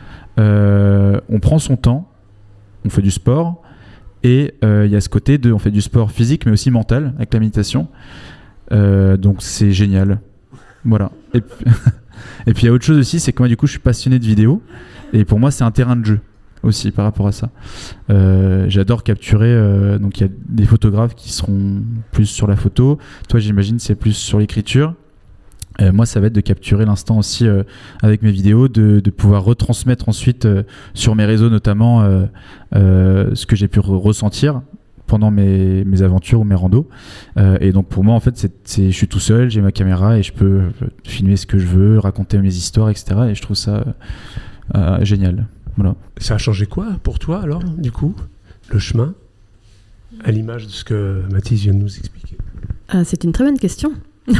euh, on prend son temps, on fait du sport. Et il euh, y a ce côté de, on fait du sport physique mais aussi mental avec la méditation, euh, donc c'est génial, voilà. Et puis et puis il y a autre chose aussi, c'est que moi du coup je suis passionné de vidéo, et pour moi c'est un terrain de jeu aussi par rapport à ça. Euh, j'adore capturer, euh, donc il y a des photographes qui seront plus sur la photo, toi j'imagine c'est plus sur l'écriture. Euh, moi, ça va être de capturer l'instant aussi euh, avec mes vidéos, de, de pouvoir retransmettre ensuite euh, sur mes réseaux notamment euh, euh, ce que j'ai pu re- ressentir pendant mes, mes aventures ou mes randos. Euh, et donc pour moi, en fait, c'est, c'est, je suis tout seul, j'ai ma caméra et je peux filmer ce que je veux, raconter mes histoires, et cetera. Et je trouve ça euh, génial. Voilà. Ça a changé quoi pour toi alors, du coup, le chemin, à l'image de ce que Mathis vient de nous expliquer? Ah, c'est une très bonne question.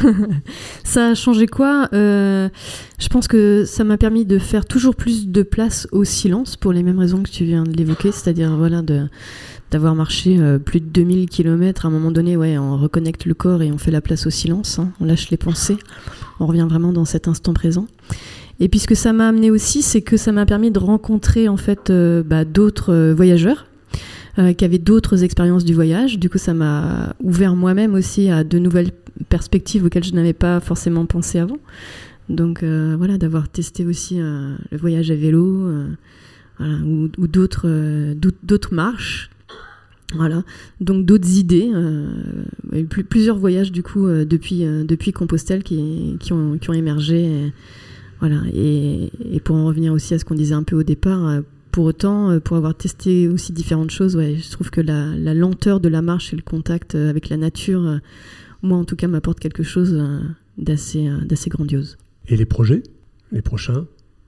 Ça a changé quoi? euh, Je pense que ça m'a permis de faire toujours plus de place au silence pour les mêmes raisons que tu viens de l'évoquer, c'est-à-dire voilà, de, d'avoir marché euh, plus de deux mille kilomètres. À un moment donné, ouais, on reconnecte le corps et on fait la place au silence, hein, on lâche les pensées, on revient vraiment dans cet instant présent. Et puis ce que ça m'a amené aussi, c'est que ça m'a permis de rencontrer en fait euh, bah, d'autres euh, voyageurs euh, qui avaient d'autres expériences du voyage. Du coup, ça m'a ouvert moi-même aussi à de nouvelles perspectives auxquelles je n'avais pas forcément pensé avant. Donc euh, voilà, d'avoir testé aussi euh, le voyage à vélo euh, voilà, ou, ou d'autres, euh, d'autres marches. Voilà, donc d'autres idées. Euh, il y a eu plus, plusieurs voyages du coup euh, depuis, euh, depuis Compostelle qui, qui, ont, qui ont émergé. Et, voilà, et, et pour en revenir aussi à ce qu'on disait un peu au départ, euh, pour autant, euh, pour avoir testé aussi différentes choses, ouais, je trouve que la, la lenteur de la marche et le contact euh, avec la nature, euh, moi en tout cas, m'apporte quelque chose euh, d'assez, euh, d'assez grandiose. Et les projets, les prochains,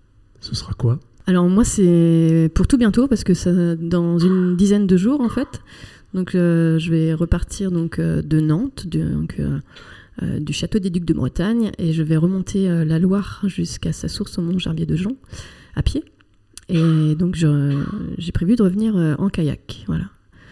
ce sera quoi? Alors moi, c'est pour tout bientôt, parce que ça, dans une dizaine de jours en fait. Donc euh, je vais repartir donc, euh, de Nantes, de, donc, euh, euh, du château des Ducs de Bretagne, et je vais remonter euh, la Loire jusqu'à sa source au Mont Gerbier-de-Jean, à pied. Et donc je, j'ai prévu de revenir euh, en kayak. Voilà.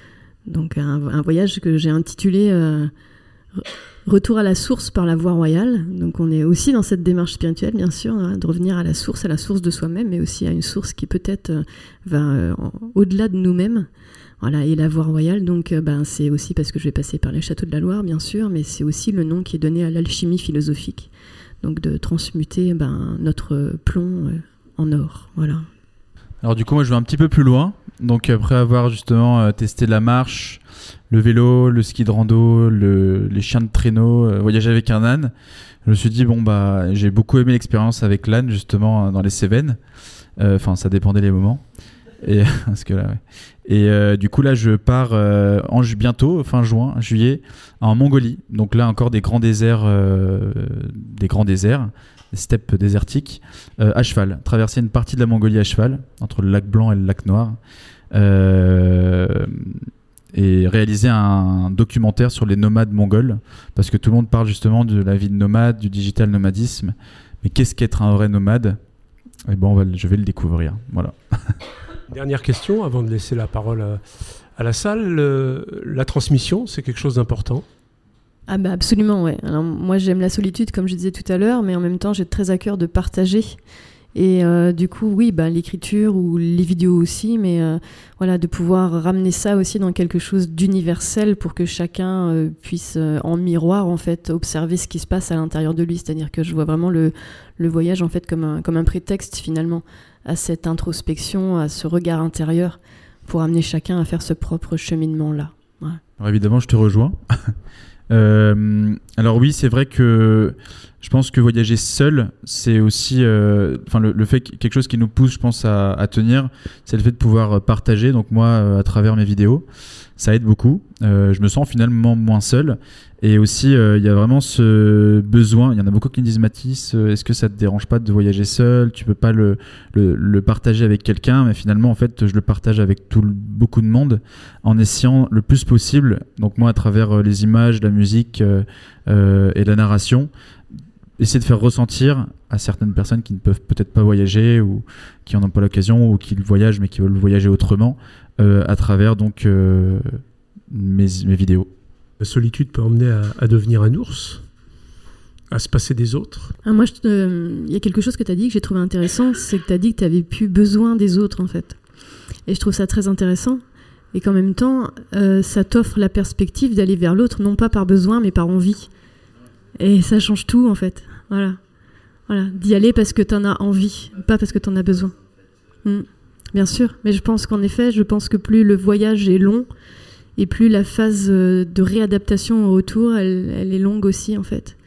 Donc un, un voyage que j'ai intitulé euh, Retour à la source par la voie royale. Donc on est aussi dans cette démarche spirituelle, bien sûr, hein, de revenir à la source, à la source de soi-même, mais aussi à une source qui peut-être euh, va euh, en, au-delà de nous-mêmes. Voilà, et la voie royale, donc euh, ben, c'est aussi parce que je vais passer par les châteaux de la Loire, bien sûr, mais c'est aussi le nom qui est donné à l'alchimie philosophique. Donc de transmuter ben, notre plomb euh, en or. Voilà. Alors du coup, moi je vais un petit peu plus loin. Donc après avoir justement euh, testé la marche, le vélo, le ski de rando, le, les chiens de traîneau, euh, voyager avec un âne, je me suis dit bon bah j'ai beaucoup aimé l'expérience avec l'âne justement dans les Cévennes. Enfin euh, ça dépendait les moments. Et parce que là, ouais. Et euh, du coup là je pars euh, en ju- bientôt fin juin, juillet en Mongolie. Donc là encore des grands déserts, euh, des grands déserts. Des steppes désertiques, euh, à cheval, traverser une partie de la Mongolie à cheval, entre le lac Blanc et le lac Noir, euh, et réaliser un documentaire sur les nomades mongols, parce que tout le monde parle justement de la vie de nomade, du digital nomadisme, mais qu'est-ce qu'être un vrai nomade? Et bon, on va, je vais le découvrir, voilà. Dernière question, avant de laisser la parole à, à la salle, le, la transmission, c'est quelque chose d'important? Ah bah absolument, ouais. Alors moi j'aime la solitude comme je disais tout à l'heure, mais en même temps j'ai très à cœur de partager. Et euh, du coup oui, bah, l'écriture ou les vidéos aussi, mais euh, voilà, de pouvoir ramener ça aussi dans quelque chose d'universel pour que chacun euh, puisse euh, en miroir en fait observer ce qui se passe à l'intérieur de lui. C'est-à-dire que je vois vraiment le, le voyage en fait comme un, comme un prétexte finalement à cette introspection, à ce regard intérieur pour amener chacun à faire ce propre cheminement-là. Ouais. Alors évidemment je te rejoins. Euh, alors oui, c'est vrai que je pense que voyager seul, c'est aussi, euh, enfin le, le fait que quelque chose qui nous pousse, je pense, à, à tenir, c'est le fait de pouvoir partager. Donc moi, euh, à travers mes vidéos, ça aide beaucoup. Euh, je me sens finalement moins seul. Et aussi, il euh, y a vraiment ce besoin. Il y en a beaucoup qui me disent, Mathis, euh, est-ce que ça te dérange pas de voyager seul? Tu peux pas le, le, le partager avec quelqu'un, mais finalement, en fait, je le partage avec tout le, beaucoup de monde, en essayant le plus possible. Donc moi, à travers euh, les images, la musique euh, euh, et la narration, essayer de faire ressentir à certaines personnes qui ne peuvent peut-être pas voyager ou qui en ont pas l'occasion ou qui voyagent mais qui veulent voyager autrement, euh, à travers donc euh, mes, mes vidéos. La solitude peut emmener à, à devenir un ours, à se passer des autres. Ah, moi, il euh, y a quelque chose que tu as dit que j'ai trouvé intéressant, c'est que tu as dit que tu n'avais plus besoin des autres, en fait. Et je trouve ça très intéressant. Et qu'en même temps, euh, ça t'offre la perspective d'aller vers l'autre, non pas par besoin, mais par envie. Et ça change tout, en fait. Voilà. Voilà. D'y aller parce que tu en as envie, pas parce que tu en as besoin. Mmh. Bien sûr. Mais je pense qu'en effet, je pense que plus le voyage est long, et plus la phase de réadaptation au retour, elle, elle est longue aussi, en fait.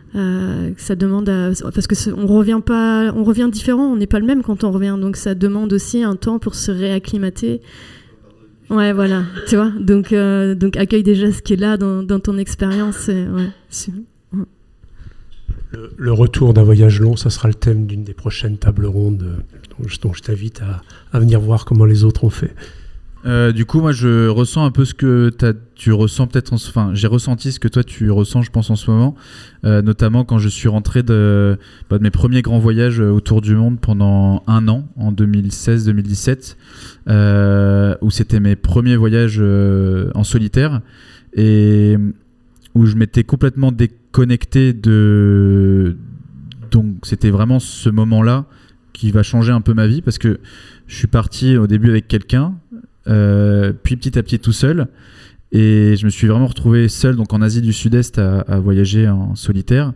Euh, que ça demande à, parce que on revient pas, on revient différent, on n'est pas le même quand on revient, donc ça demande aussi un temps pour se réacclimater. Ouais, voilà, tu vois. Donc, euh, donc accueille déjà ce qui est là dans, dans ton expérience. Et, ouais, c'est... ouais. Le, le retour d'un voyage long, ça sera le thème d'une des prochaines tables rondes, dont je, dont je t'invite à, à venir voir comment les autres ont fait. Euh, du coup, moi, je ressens un peu ce que t'as, tu ressens peut-être. En, enfin, j'ai ressenti ce que toi tu ressens, je pense, en ce moment, euh, notamment quand je suis rentré de, bah, de mes premiers grands voyages autour du monde pendant un an, en deux mille seize deux mille dix-sept, euh, où c'était mes premiers voyages euh, en solitaire et où je m'étais complètement déconnecté de. Donc, c'était vraiment ce moment-là qui va changer un peu ma vie parce que je suis parti au début avec quelqu'un. Euh, puis petit à petit tout seul et je me suis vraiment retrouvé seul donc en Asie du Sud-Est à, à voyager en solitaire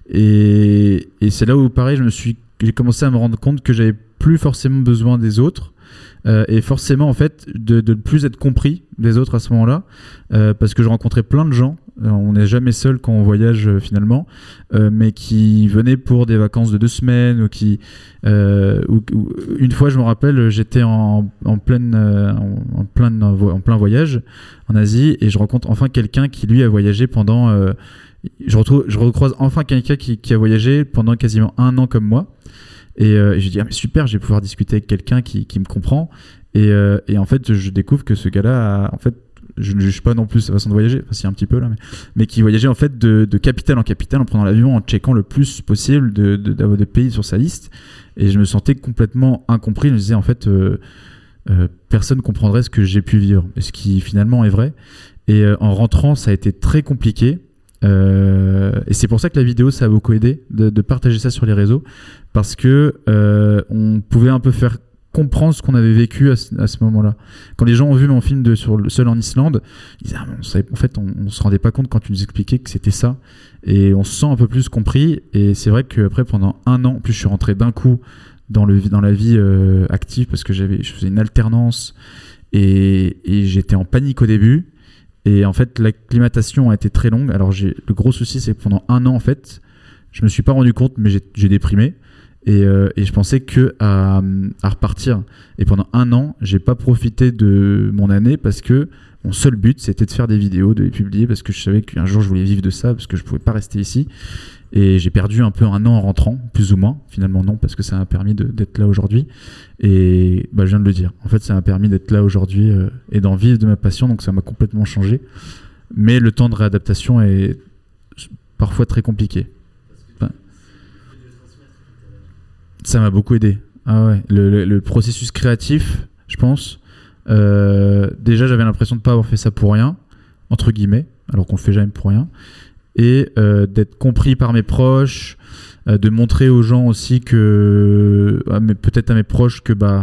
et, et c'est là où pareil je me suis j'ai commencé à me rendre compte que j'avais plus forcément besoin des autres euh, et forcément en fait de, de ne plus être compris des autres à ce moment-là euh, parce que je rencontrais plein de gens. On n'est jamais seul quand on voyage euh, finalement, euh, mais qui venaient pour des vacances de deux semaines ou qui, euh, ou, ou, une fois je me rappelle, j'étais en, en, pleine, euh, en, en, plein, en plein voyage en Asie et je rencontre enfin quelqu'un qui lui a voyagé pendant, euh, je, retrouve, je recroise enfin quelqu'un qui, qui a voyagé pendant quasiment un an comme moi et, euh, et je dis ah mais super, je vais pouvoir discuter avec quelqu'un qui, qui me comprend et, euh, et en fait je découvre que ce gars-là a, en fait je ne juge pas non plus sa façon de voyager, enfin si un petit peu là, mais, mais qui voyageait en fait de, de capitale en capitale en prenant l'avion, en checkant le plus possible de, de, de, de pays sur sa liste. Et je me sentais complètement incompris. Je me disais en fait, euh, euh, personne ne comprendrait ce que j'ai pu vivre, ce qui finalement est vrai. Et euh, en rentrant, ça a été très compliqué. Euh, et c'est pour ça que la vidéo, ça a beaucoup aidé de, de partager ça sur les réseaux, parce que euh, on pouvait un peu faire comprendre ce qu'on avait vécu à ce, à ce moment-là. Quand les gens ont vu mon film de sur le Seul en Islande, ils disaient ah, on savait, en fait on, on se rendait pas compte quand tu nous expliquais que c'était ça et on se sent un peu plus compris. Et c'est vrai qu'après pendant un an, en plus je suis rentré d'un coup dans le dans la vie euh, active parce que j'avais je faisais une alternance et, et j'étais en panique au début et en fait l'acclimatation a été très longue. Alors j'ai le gros souci c'est que pendant un an en fait je me suis pas rendu compte mais j'ai, j'ai déprimé. Et, euh, et je pensais que à, à repartir. Et pendant un an, j'ai pas profité de mon année parce que mon seul but, c'était de faire des vidéos, de les publier parce que je savais qu'un jour, je voulais vivre de ça parce que je pouvais pas rester ici. Et j'ai perdu un peu un an en rentrant, plus ou moins. Finalement, non, parce que ça m'a permis de, d'être là aujourd'hui. Et bah, je viens de le dire. En fait, ça m'a permis d'être là aujourd'hui euh, et d'en vivre de ma passion. Donc, ça m'a complètement changé. Mais le temps de réadaptation est parfois très compliqué. Ça m'a beaucoup aidé. Ah ouais, le, le, le processus créatif, je pense. Euh, déjà, j'avais l'impression de ne pas avoir fait ça pour rien, entre guillemets, alors qu'on le fait jamais pour rien. Et euh, d'être compris par mes proches, euh, de montrer aux gens aussi que, à mes, peut-être à mes proches, que bah,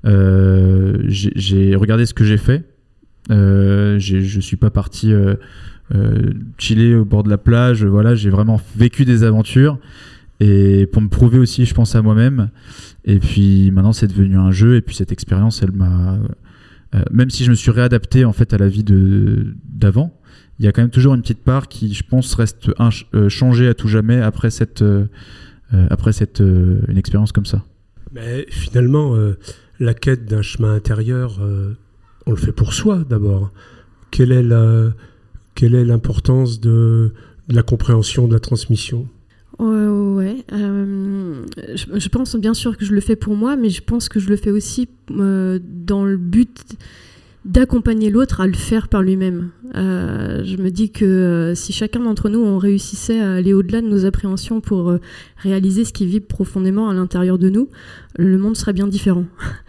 euh, j'ai, j'ai regardé ce que j'ai fait. Euh, j'ai, je suis pas parti euh, euh, chiller au bord de la plage. Voilà, j'ai vraiment vécu des aventures. Et pour me prouver aussi, je pense à moi-même. Et puis maintenant, c'est devenu un jeu. Et puis cette expérience, elle m'a, euh, même si je me suis réadapté en fait à la vie de d'avant, il y a quand même toujours une petite part qui, je pense, reste un, euh, changée à tout jamais après cette, euh, après cette euh, une expérience comme ça. Mais finalement, euh, la quête d'un chemin intérieur, euh, on le fait pour soi d'abord. Quelle est la, quelle est l'importance de, de la compréhension, de la transmission ? Ouais, ouais. Euh, je, je pense bien sûr que je le fais pour moi, mais je pense que je le fais aussi euh, dans le but d'accompagner l'autre à le faire par lui-même. Euh, je me dis que euh, si chacun d'entre nous, on réussissait à aller au-delà de nos appréhensions pour euh, réaliser ce qui vibre profondément à l'intérieur de nous, le monde serait bien différent.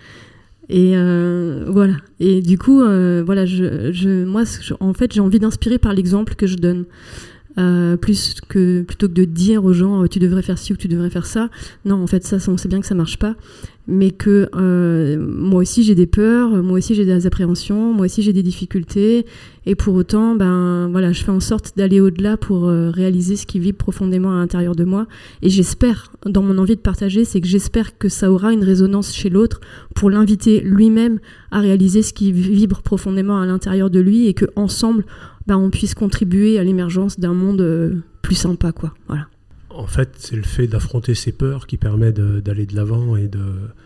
Et euh, voilà. Et du coup, euh, voilà, je, je, moi, je, en fait, j'ai envie d'inspirer par l'exemple que je donne. Euh, plus que, plutôt que de dire aux gens tu devrais faire ci ou tu devrais faire ça. Non, en fait, ça, on sait bien que ça marche pas. Mais que euh, moi aussi j'ai des peurs, moi aussi j'ai des appréhensions, moi aussi j'ai des difficultés. Et pour autant, ben voilà, je fais en sorte d'aller au-delà pour euh, réaliser ce qui vibre profondément à l'intérieur de moi. Et j'espère, dans mon envie de partager, c'est que j'espère que ça aura une résonance chez l'autre pour l'inviter lui-même à réaliser ce qui vibre profondément à l'intérieur de lui et que ensemble, ben, on puisse contribuer à l'émergence d'un monde euh, plus sympa, quoi. Voilà. En fait, c'est le fait d'affronter ses peurs qui permet de, d'aller de l'avant et de...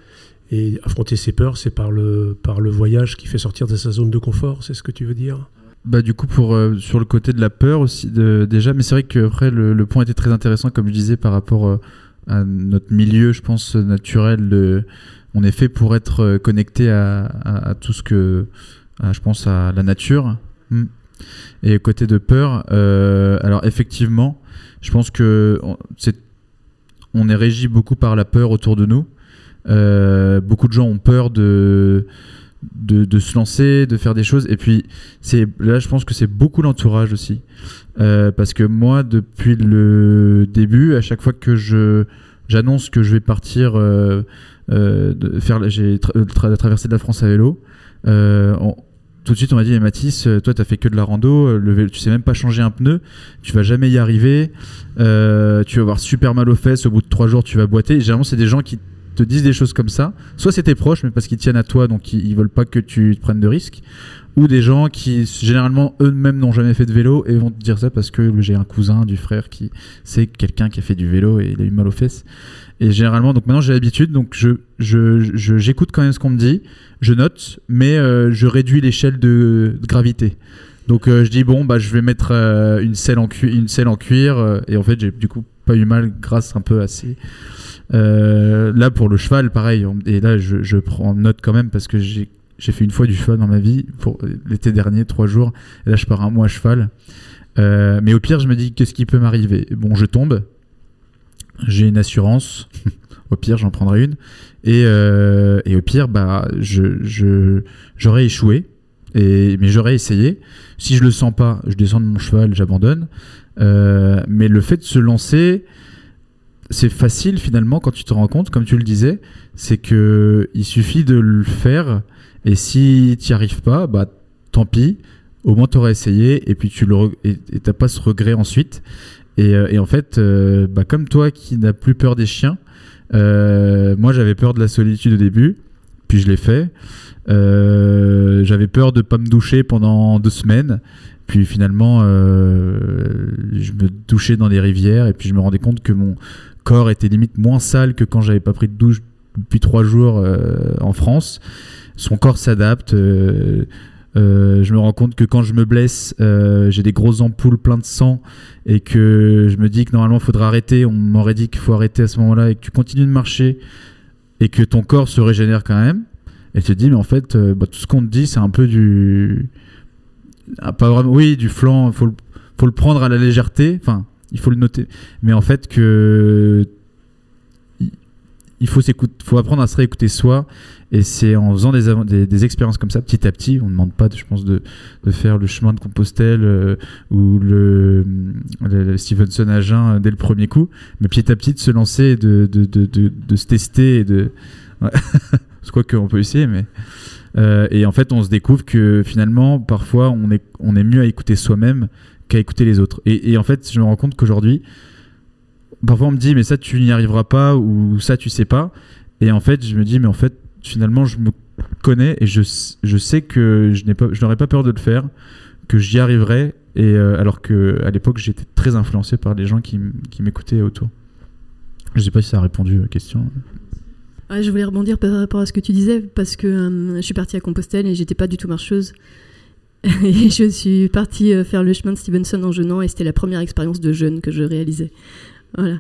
Et affronter ses peurs, c'est par le, par le voyage qui fait sortir de sa zone de confort, c'est ce que tu veux dire ? Bah du coup pour euh, sur le côté de la peur aussi de, déjà, mais c'est vrai que après le, le point était très intéressant comme je disais par rapport euh, à notre milieu, je pense naturel. De, on est fait pour être euh, connecté à, à, à tout ce que, à, je pense à la nature. Mm. Et côté de peur, euh, alors effectivement, je pense que on, c'est, on est régi beaucoup par la peur autour de nous. Euh, beaucoup de gens ont peur de, de, de se lancer, de faire des choses. Et puis, c'est, là, je pense que c'est beaucoup l'entourage aussi. Euh, parce que moi, depuis le début, à chaque fois que je, j'annonce que je vais partir euh, euh, de faire, j'ai tra- tra- traversé de la France à vélo, euh, on, tout de suite, on m'a dit, eh, Mathis, toi, t'as fait que de la rando, le vélo, tu sais même pas changer un pneu, tu vas jamais y arriver, euh, tu vas avoir super mal aux fesses, au bout de trois jours, tu vas boiter. Et généralement, c'est des gens qui te disent des choses comme ça, soit c'est tes proches mais parce qu'ils tiennent à toi donc ils, ils veulent pas que tu te prennes de risques, ou des gens qui généralement eux-mêmes n'ont jamais fait de vélo et vont te dire ça parce que j'ai un cousin du frère qui c'est quelqu'un qui a fait du vélo et il a eu mal aux fesses. Et généralement, donc maintenant j'ai l'habitude, donc je, je, je j'écoute quand même ce qu'on me dit, je note, mais euh, je réduis l'échelle de, de gravité. Donc euh, je dis bon bah je vais mettre euh, une selle en cuir, une selle en cuir euh, et en fait j'ai du coup pas eu mal grâce un peu à ces Euh, là pour le cheval pareil, et là je, je prends note quand même parce que j'ai, j'ai fait une fois du cheval dans ma vie pour l'été dernier, trois jours, et là je pars un mois à cheval, euh, mais au pire je me dis qu'est-ce qui peut m'arriver, bon je tombe, j'ai une assurance au pire j'en prendrai une, et, euh, et au pire bah je, je, j'aurais échoué, et, mais j'aurais essayé, si je le sens pas je descends de mon cheval, j'abandonne, euh, mais le fait de se lancer c'est facile finalement quand tu te rends compte, comme tu le disais, c'est que il suffit de le faire et si tu n'y arrives pas, bah tant pis, au moins tu auras essayé et puis tu le re- et t'as pas ce regret ensuite. Et, euh, et en fait, euh, bah, comme toi qui n'as plus peur des chiens, euh, moi j'avais peur de la solitude au début, puis je l'ai fait. Euh, j'avais peur de pas me doucher pendant deux semaines. Puis finalement, euh, je me douchais dans des rivières et puis je me rendais compte que mon corps était limite moins sale que quand j'avais pas pris de douche depuis trois jours euh, en France. Son corps s'adapte. Euh, euh, je me rends compte que quand je me blesse, euh, j'ai des grosses ampoules pleines de sang et que je me dis que normalement il faudrait arrêter. On m'aurait dit qu'il faut arrêter à ce moment-là et que tu continues de marcher et que ton corps se régénère quand même. Et tu te dis mais en fait, euh, bah, tout ce qu'on te dit c'est un peu du... Ah, pas vraiment, oui, du flan, faut le, faut le prendre à la légèreté, enfin, il faut le noter. Mais en fait, que il faut s'écouter, faut apprendre à se réécouter soi, et c'est en faisant des, des, des expériences comme ça, petit à petit. On ne demande pas, je pense, de, de faire le chemin de Compostelle euh, ou le, le, le Stevenson à jeun dès le premier coup, mais petit à petit de se lancer, de, de, de, de, de se tester, et de, ouais. C'est quoi qu'on peut essayer, mais. Euh, et en fait, on se découvre que finalement, parfois, on est, on est mieux à écouter soi-même qu'à écouter les autres. Et, et en fait, je me rends compte qu'aujourd'hui, parfois on me dit, mais ça, tu n'y arriveras pas, ou ça, tu sais pas. Et en fait, je me dis, mais en fait, finalement, je me connais et je, je sais que je, n'ai pas, je n'aurais pas peur de le faire, que j'y arriverai. Et euh, alors qu'à l'époque, j'étais très influencé par les gens qui, qui m'écoutaient autour. Je sais pas si ça a répondu à la question. Ouais, je voulais rebondir par rapport à ce que tu disais, parce que euh, je suis partie à Compostelle et j'étais pas du tout marcheuse. Et je suis partie euh, faire le chemin de Stevenson en jeûnant, et c'était la première expérience de jeûne que je réalisais. Voilà.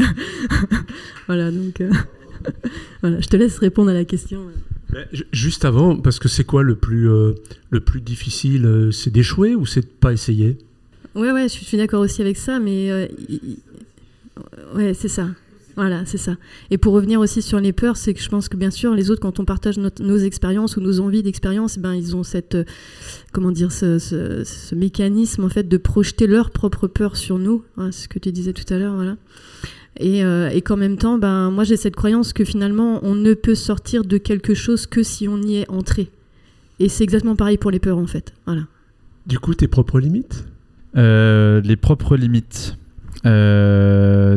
Voilà, donc euh, voilà, je te laisse répondre à la question. Juste avant, parce que c'est quoi le plus, euh, le plus difficile, euh, c'est d'échouer ou c'est de pas essayer ? Ouais, ouais, je suis d'accord aussi avec ça, mais euh, y, y, ouais, c'est ça. Voilà, c'est ça. Et pour revenir aussi sur les peurs, c'est que je pense que bien sûr, les autres, quand on partage notre, nos expériences ou nos envies d'expérience, ben, ils ont cette, euh, comment dire, ce, ce, ce mécanisme en fait de projeter leur propre peur sur nous, hein, ce que tu disais tout à l'heure, voilà. Et, euh, et qu'en même temps, ben, moi j'ai cette croyance que finalement, on ne peut sortir de quelque chose que si on y est entré. Et c'est exactement pareil pour les peurs en fait. Voilà. Du coup, tes propres limites ? euh, Les propres limites. Euh...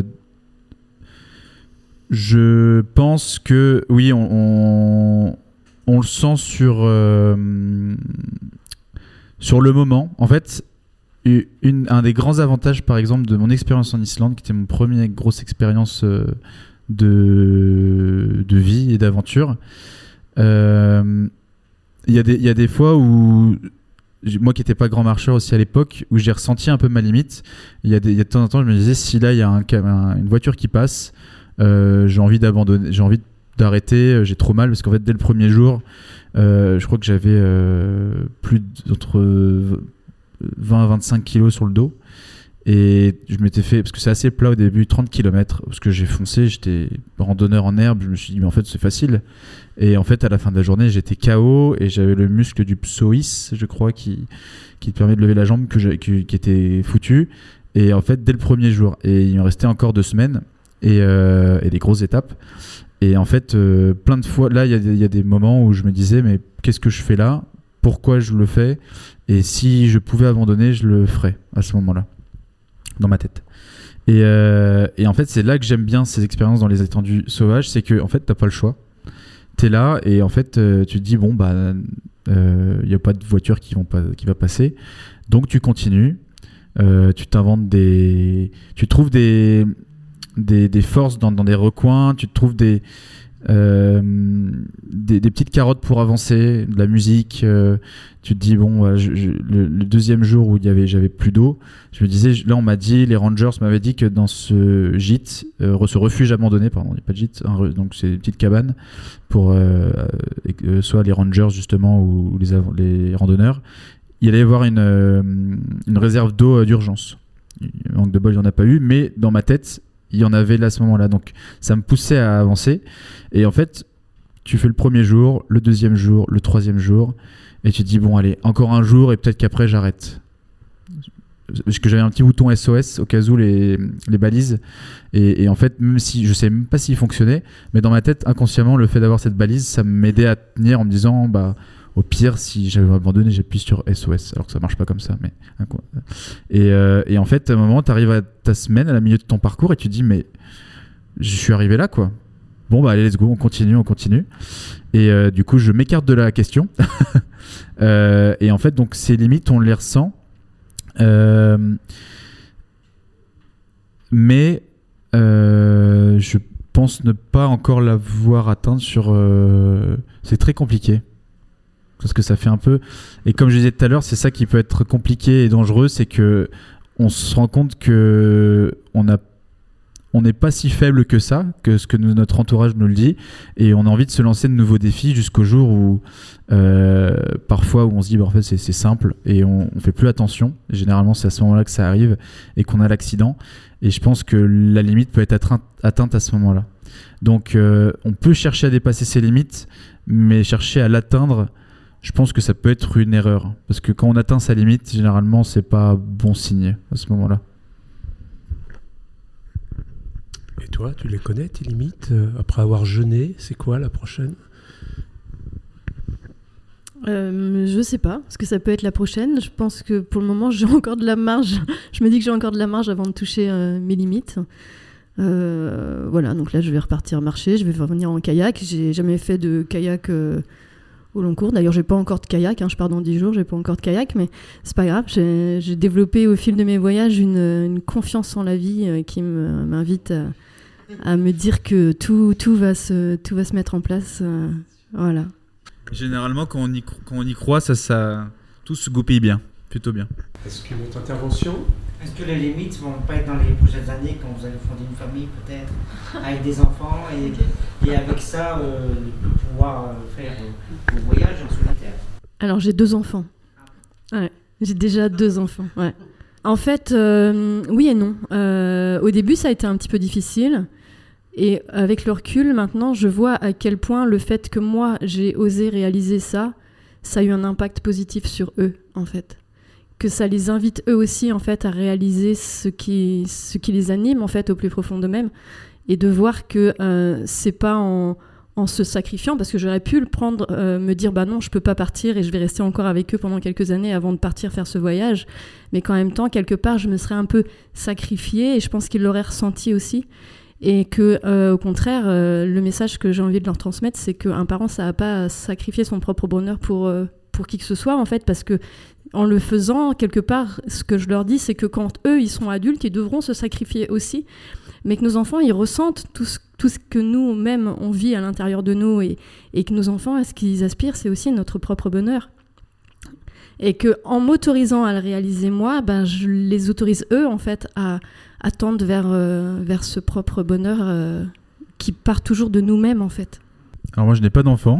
Je pense que oui, on, on, on le sent sur, euh, sur le moment. En fait, une, un des grands avantages, par exemple, de mon expérience en Islande, qui était mon première grosse expérience euh, de, de vie et d'aventure. Il euh, y, y a des fois où, moi qui n'étais pas grand marcheur aussi à l'époque, où j'ai ressenti un peu ma limite. Il y, y a de temps en temps, je me disais, si là, il y a un, un, une voiture qui passe, euh, j'ai envie d'abandonner, j'ai envie d'arrêter, j'ai trop mal, parce qu'en fait, dès le premier jour, euh, je crois que j'avais euh, plus d'entre vingt à vingt-cinq kilos sur le dos. Et je m'étais fait, parce que c'est assez plat au début, trente kilomètres, parce que j'ai foncé, j'étais randonneur en herbe, je me suis dit, mais en fait, c'est facile. Et en fait, à la fin de la journée, j'étais K O et j'avais le muscle du psoas, je crois, qui, qui te permet de lever la jambe, que qui, qui était foutu. Et en fait, dès le premier jour, et il me restait encore deux semaines, et, euh, et des grosses étapes. Et en fait, euh, plein de fois, là, il y, y a des moments où je me disais, mais qu'est-ce que je fais là ? Pourquoi je le fais ? Et si je pouvais abandonner, je le ferais à ce moment-là, dans ma tête. Et, euh, et en fait, c'est là que j'aime bien ces expériences dans les étendues sauvages, c'est que en fait, t'as pas le choix. T'es là et en fait, euh, tu te dis, bon, bah, il euh, n'y a pas de voiture qui, vont pas, qui va passer. Donc, tu continues. Euh, tu t'inventes des... Tu trouves des... Des, des forces dans, dans des recoins, tu te trouves des, euh, des, des petites carottes pour avancer, de la musique. Euh, tu te dis, bon, je, je, le, le deuxième jour où il y avait, j'avais plus d'eau, je me disais, là on m'a dit, les rangers m'avaient dit que dans ce gîte, euh, ce refuge abandonné, pardon, il n'y a pas de gîte, un, donc c'est une petite cabane pour euh, euh, soit les rangers justement ou, ou les, les randonneurs, il allait y avoir une, euh, une réserve d'eau d'urgence. Manque de bol, il n'y en a pas eu, mais dans ma tête, il y en avait là à ce moment-là, donc ça me poussait à avancer. Et en fait, tu fais le premier jour, le deuxième jour, le troisième jour, et tu te dis bon allez, encore un jour et peut-être qu'après j'arrête. Parce que j'avais un petit bouton S O S au cas où les, les balises, et, et en fait même si je sais même pas s'il fonctionnait, mais dans ma tête inconsciemment le fait d'avoir cette balise, ça m'aidait à tenir en me disant bah au pire, si j'avais abandonné, j'appuie sur S O S, alors que ça marche pas comme ça. Mais et, euh, et en fait, à un moment, tu arrives à ta semaine, à la milieu de ton parcours, et tu te dis, mais je suis arrivé là, quoi. Bon, bah allez, let's go, on continue, on continue. Et euh, du coup, je m'écarte de la question. euh, et en fait, donc ces limites, on les ressent. Euh, mais euh, je pense ne pas encore l'avoir atteinte sur... Euh, c'est très compliqué. Parce que ça fait un peu... Et comme je disais tout à l'heure, c'est ça qui peut être compliqué et dangereux, c'est que on se rend compte que on a on n'est pas si faible que ça, que ce que nous, notre entourage nous le dit, et on a envie de se lancer de nouveaux défis jusqu'au jour où euh, parfois où on se dit bah, en fait c'est, c'est simple et on, on fait plus attention. Et généralement c'est à ce moment-là que ça arrive et qu'on a l'accident. Et je pense que la limite peut être atteinte à ce moment-là. Donc euh, on peut chercher à dépasser ses limites, mais chercher à l'atteindre, je pense que ça peut être une erreur. Parce que quand on atteint sa limite, généralement, c'est pas bon signe à ce moment-là. Et toi, tu les connais, tes limites ? Après avoir jeûné, c'est quoi la prochaine ? euh, Je sais pas, parce que ça peut être la prochaine. Je pense que pour le moment, j'ai encore de la marge. Je me dis que j'ai encore de la marge avant de toucher euh, mes limites. Euh, voilà, donc là, je vais repartir marcher. Je vais revenir en kayak. J'ai jamais fait de kayak... Euh, au long cours. D'ailleurs, j'ai pas encore de kayak, hein. Je pars dans dix jours, j'ai pas encore de kayak, mais c'est pas grave. J'ai, j'ai développé au fil de mes voyages une, une confiance en la vie euh, qui me, m'invite à, à me dire que tout, tout, va se, tout va se mettre en place. Euh, voilà. Généralement, quand on y, quand on y croit, ça, ça, tout se goupille bien, plutôt bien. Est-ce qu'une autre intervention ? Est-ce que les limites vont pas être dans les prochaines années quand vous allez fonder une famille peut-être avec des enfants et, et avec ça euh, pouvoir euh, faire euh, vos voyages en solitaire ? Alors j'ai deux enfants. Ouais, j'ai déjà deux enfants. Ouais. En fait, euh, oui et non. Euh, au début, ça a été un petit peu difficile. Et avec le recul, maintenant, je vois à quel point le fait que moi, j'ai osé réaliser ça, ça a eu un impact positif sur eux, en fait. Que ça les invite eux aussi en fait à réaliser ce qui ce qui les anime en fait au plus profond d'eux-mêmes et de voir que euh, c'est pas en en se sacrifiant, parce que j'aurais pu le prendre, euh, me dire bah non je peux pas partir et je vais rester encore avec eux pendant quelques années avant de partir faire ce voyage, mais qu'en même temps quelque part je me serais un peu sacrifiée et je pense qu'ils l'auraient ressenti aussi. Et que, euh, au contraire, euh, le message que j'ai envie de leur transmettre, c'est qu'un parent, ça n'a pas à sacrifier son propre bonheur pour, euh, pour qui que ce soit, en fait, parce que en le faisant, quelque part, ce que je leur dis, c'est que quand eux, ils seront adultes, ils devront se sacrifier aussi, mais que nos enfants, ils ressentent tout ce, tout ce que nous-mêmes, on vit à l'intérieur de nous, et, et que nos enfants, à ce qu'ils aspirent, c'est aussi notre propre bonheur. Et qu'en m'autorisant à le réaliser moi, ben, je les autorise eux, en fait, à, à tendre vers, euh, vers ce propre bonheur euh, qui part toujours de nous-mêmes, en fait. Alors moi, je n'ai pas d'enfant,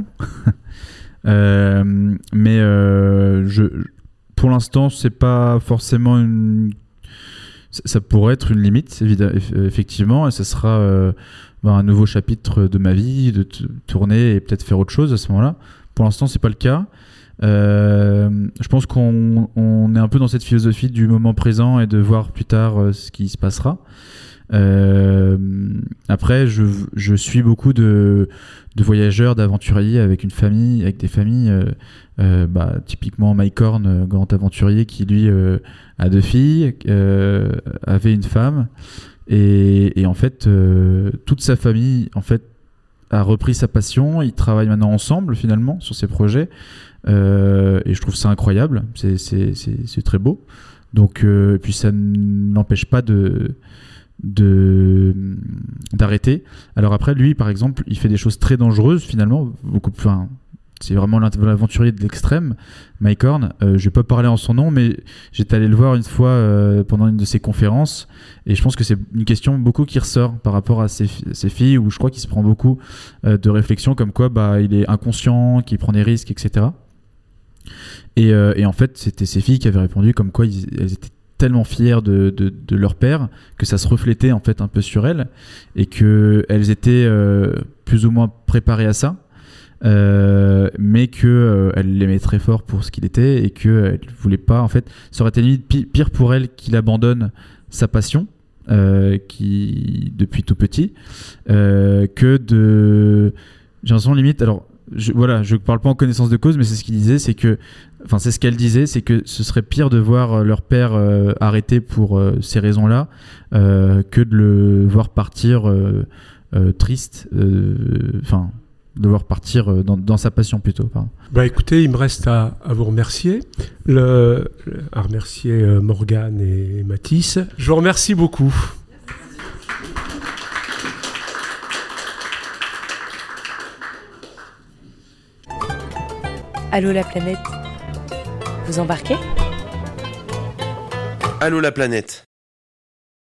euh, mais euh, je, pour l'instant, c'est pas forcément une... Ça pourrait être une limite, évidemment, effectivement, et ce sera euh, ben, un nouveau chapitre de ma vie, de t- tourner et peut-être faire autre chose à ce moment-là. Pour l'instant, c'est pas le cas. Euh, je pense qu'on on est un peu dans cette philosophie du moment présent et de voir plus tard euh, ce qui se passera. Euh, après, je, je suis beaucoup de, de voyageurs, d'aventuriers avec une famille, avec des familles. Euh, euh, bah, typiquement, Mike Horn, euh, grand aventurier, qui lui euh, a deux filles, euh, avait une femme, et, et en fait, euh, toute sa famille, en fait, a repris sa passion. Ils travaillent maintenant ensemble finalement sur ces projets, euh, et je trouve ça incroyable. C'est, c'est, c'est, c'est très beau. Donc, euh, puis ça n'empêche pas de de d'arrêter. Alors après, lui par exemple, il fait des choses très dangereuses finalement, beaucoup plus, enfin, c'est vraiment l'aventurier de l'extrême, Mike Horn. Euh, je vais pas parler en son nom, mais j'étais allé le voir une fois euh, pendant une de ses conférences, et je pense que c'est une question beaucoup qui ressort par rapport à ses, ses filles, où je crois qu'il se prend beaucoup euh, de réflexions comme quoi bah il est inconscient, qu'il prend des risques, et cetera. Et, euh, et en fait, c'était ses filles qui avaient répondu comme quoi ils, elles étaient tellement fières de, de, de leur père que ça se reflétait en fait un peu sur elles, et que elles étaient euh, plus ou moins préparées à ça, euh, mais que euh, elles l'aimaient très fort pour ce qu'il était, et que elles voulaient pas, en fait, ça aurait été limite pire pour elle qu'il abandonne sa passion, euh, qui depuis tout petit, euh, que de, j'ai l'impression limite, alors je, voilà, je parle pas en connaissance de cause, mais c'est ce qu'il disait, c'est que, enfin c'est ce qu'elle disait, c'est que ce serait pire de voir leur père euh, arrêté pour euh, ces raisons-là, euh, que de le voir partir euh, euh, triste, enfin euh, de le voir partir euh, dans, dans sa passion plutôt. Pardon. Bah écoutez, il me reste à, à vous remercier, le, à remercier euh, Morgane et Mathis. Je vous remercie beaucoup. Allô la planète, vous embarquez ? Allô la planète.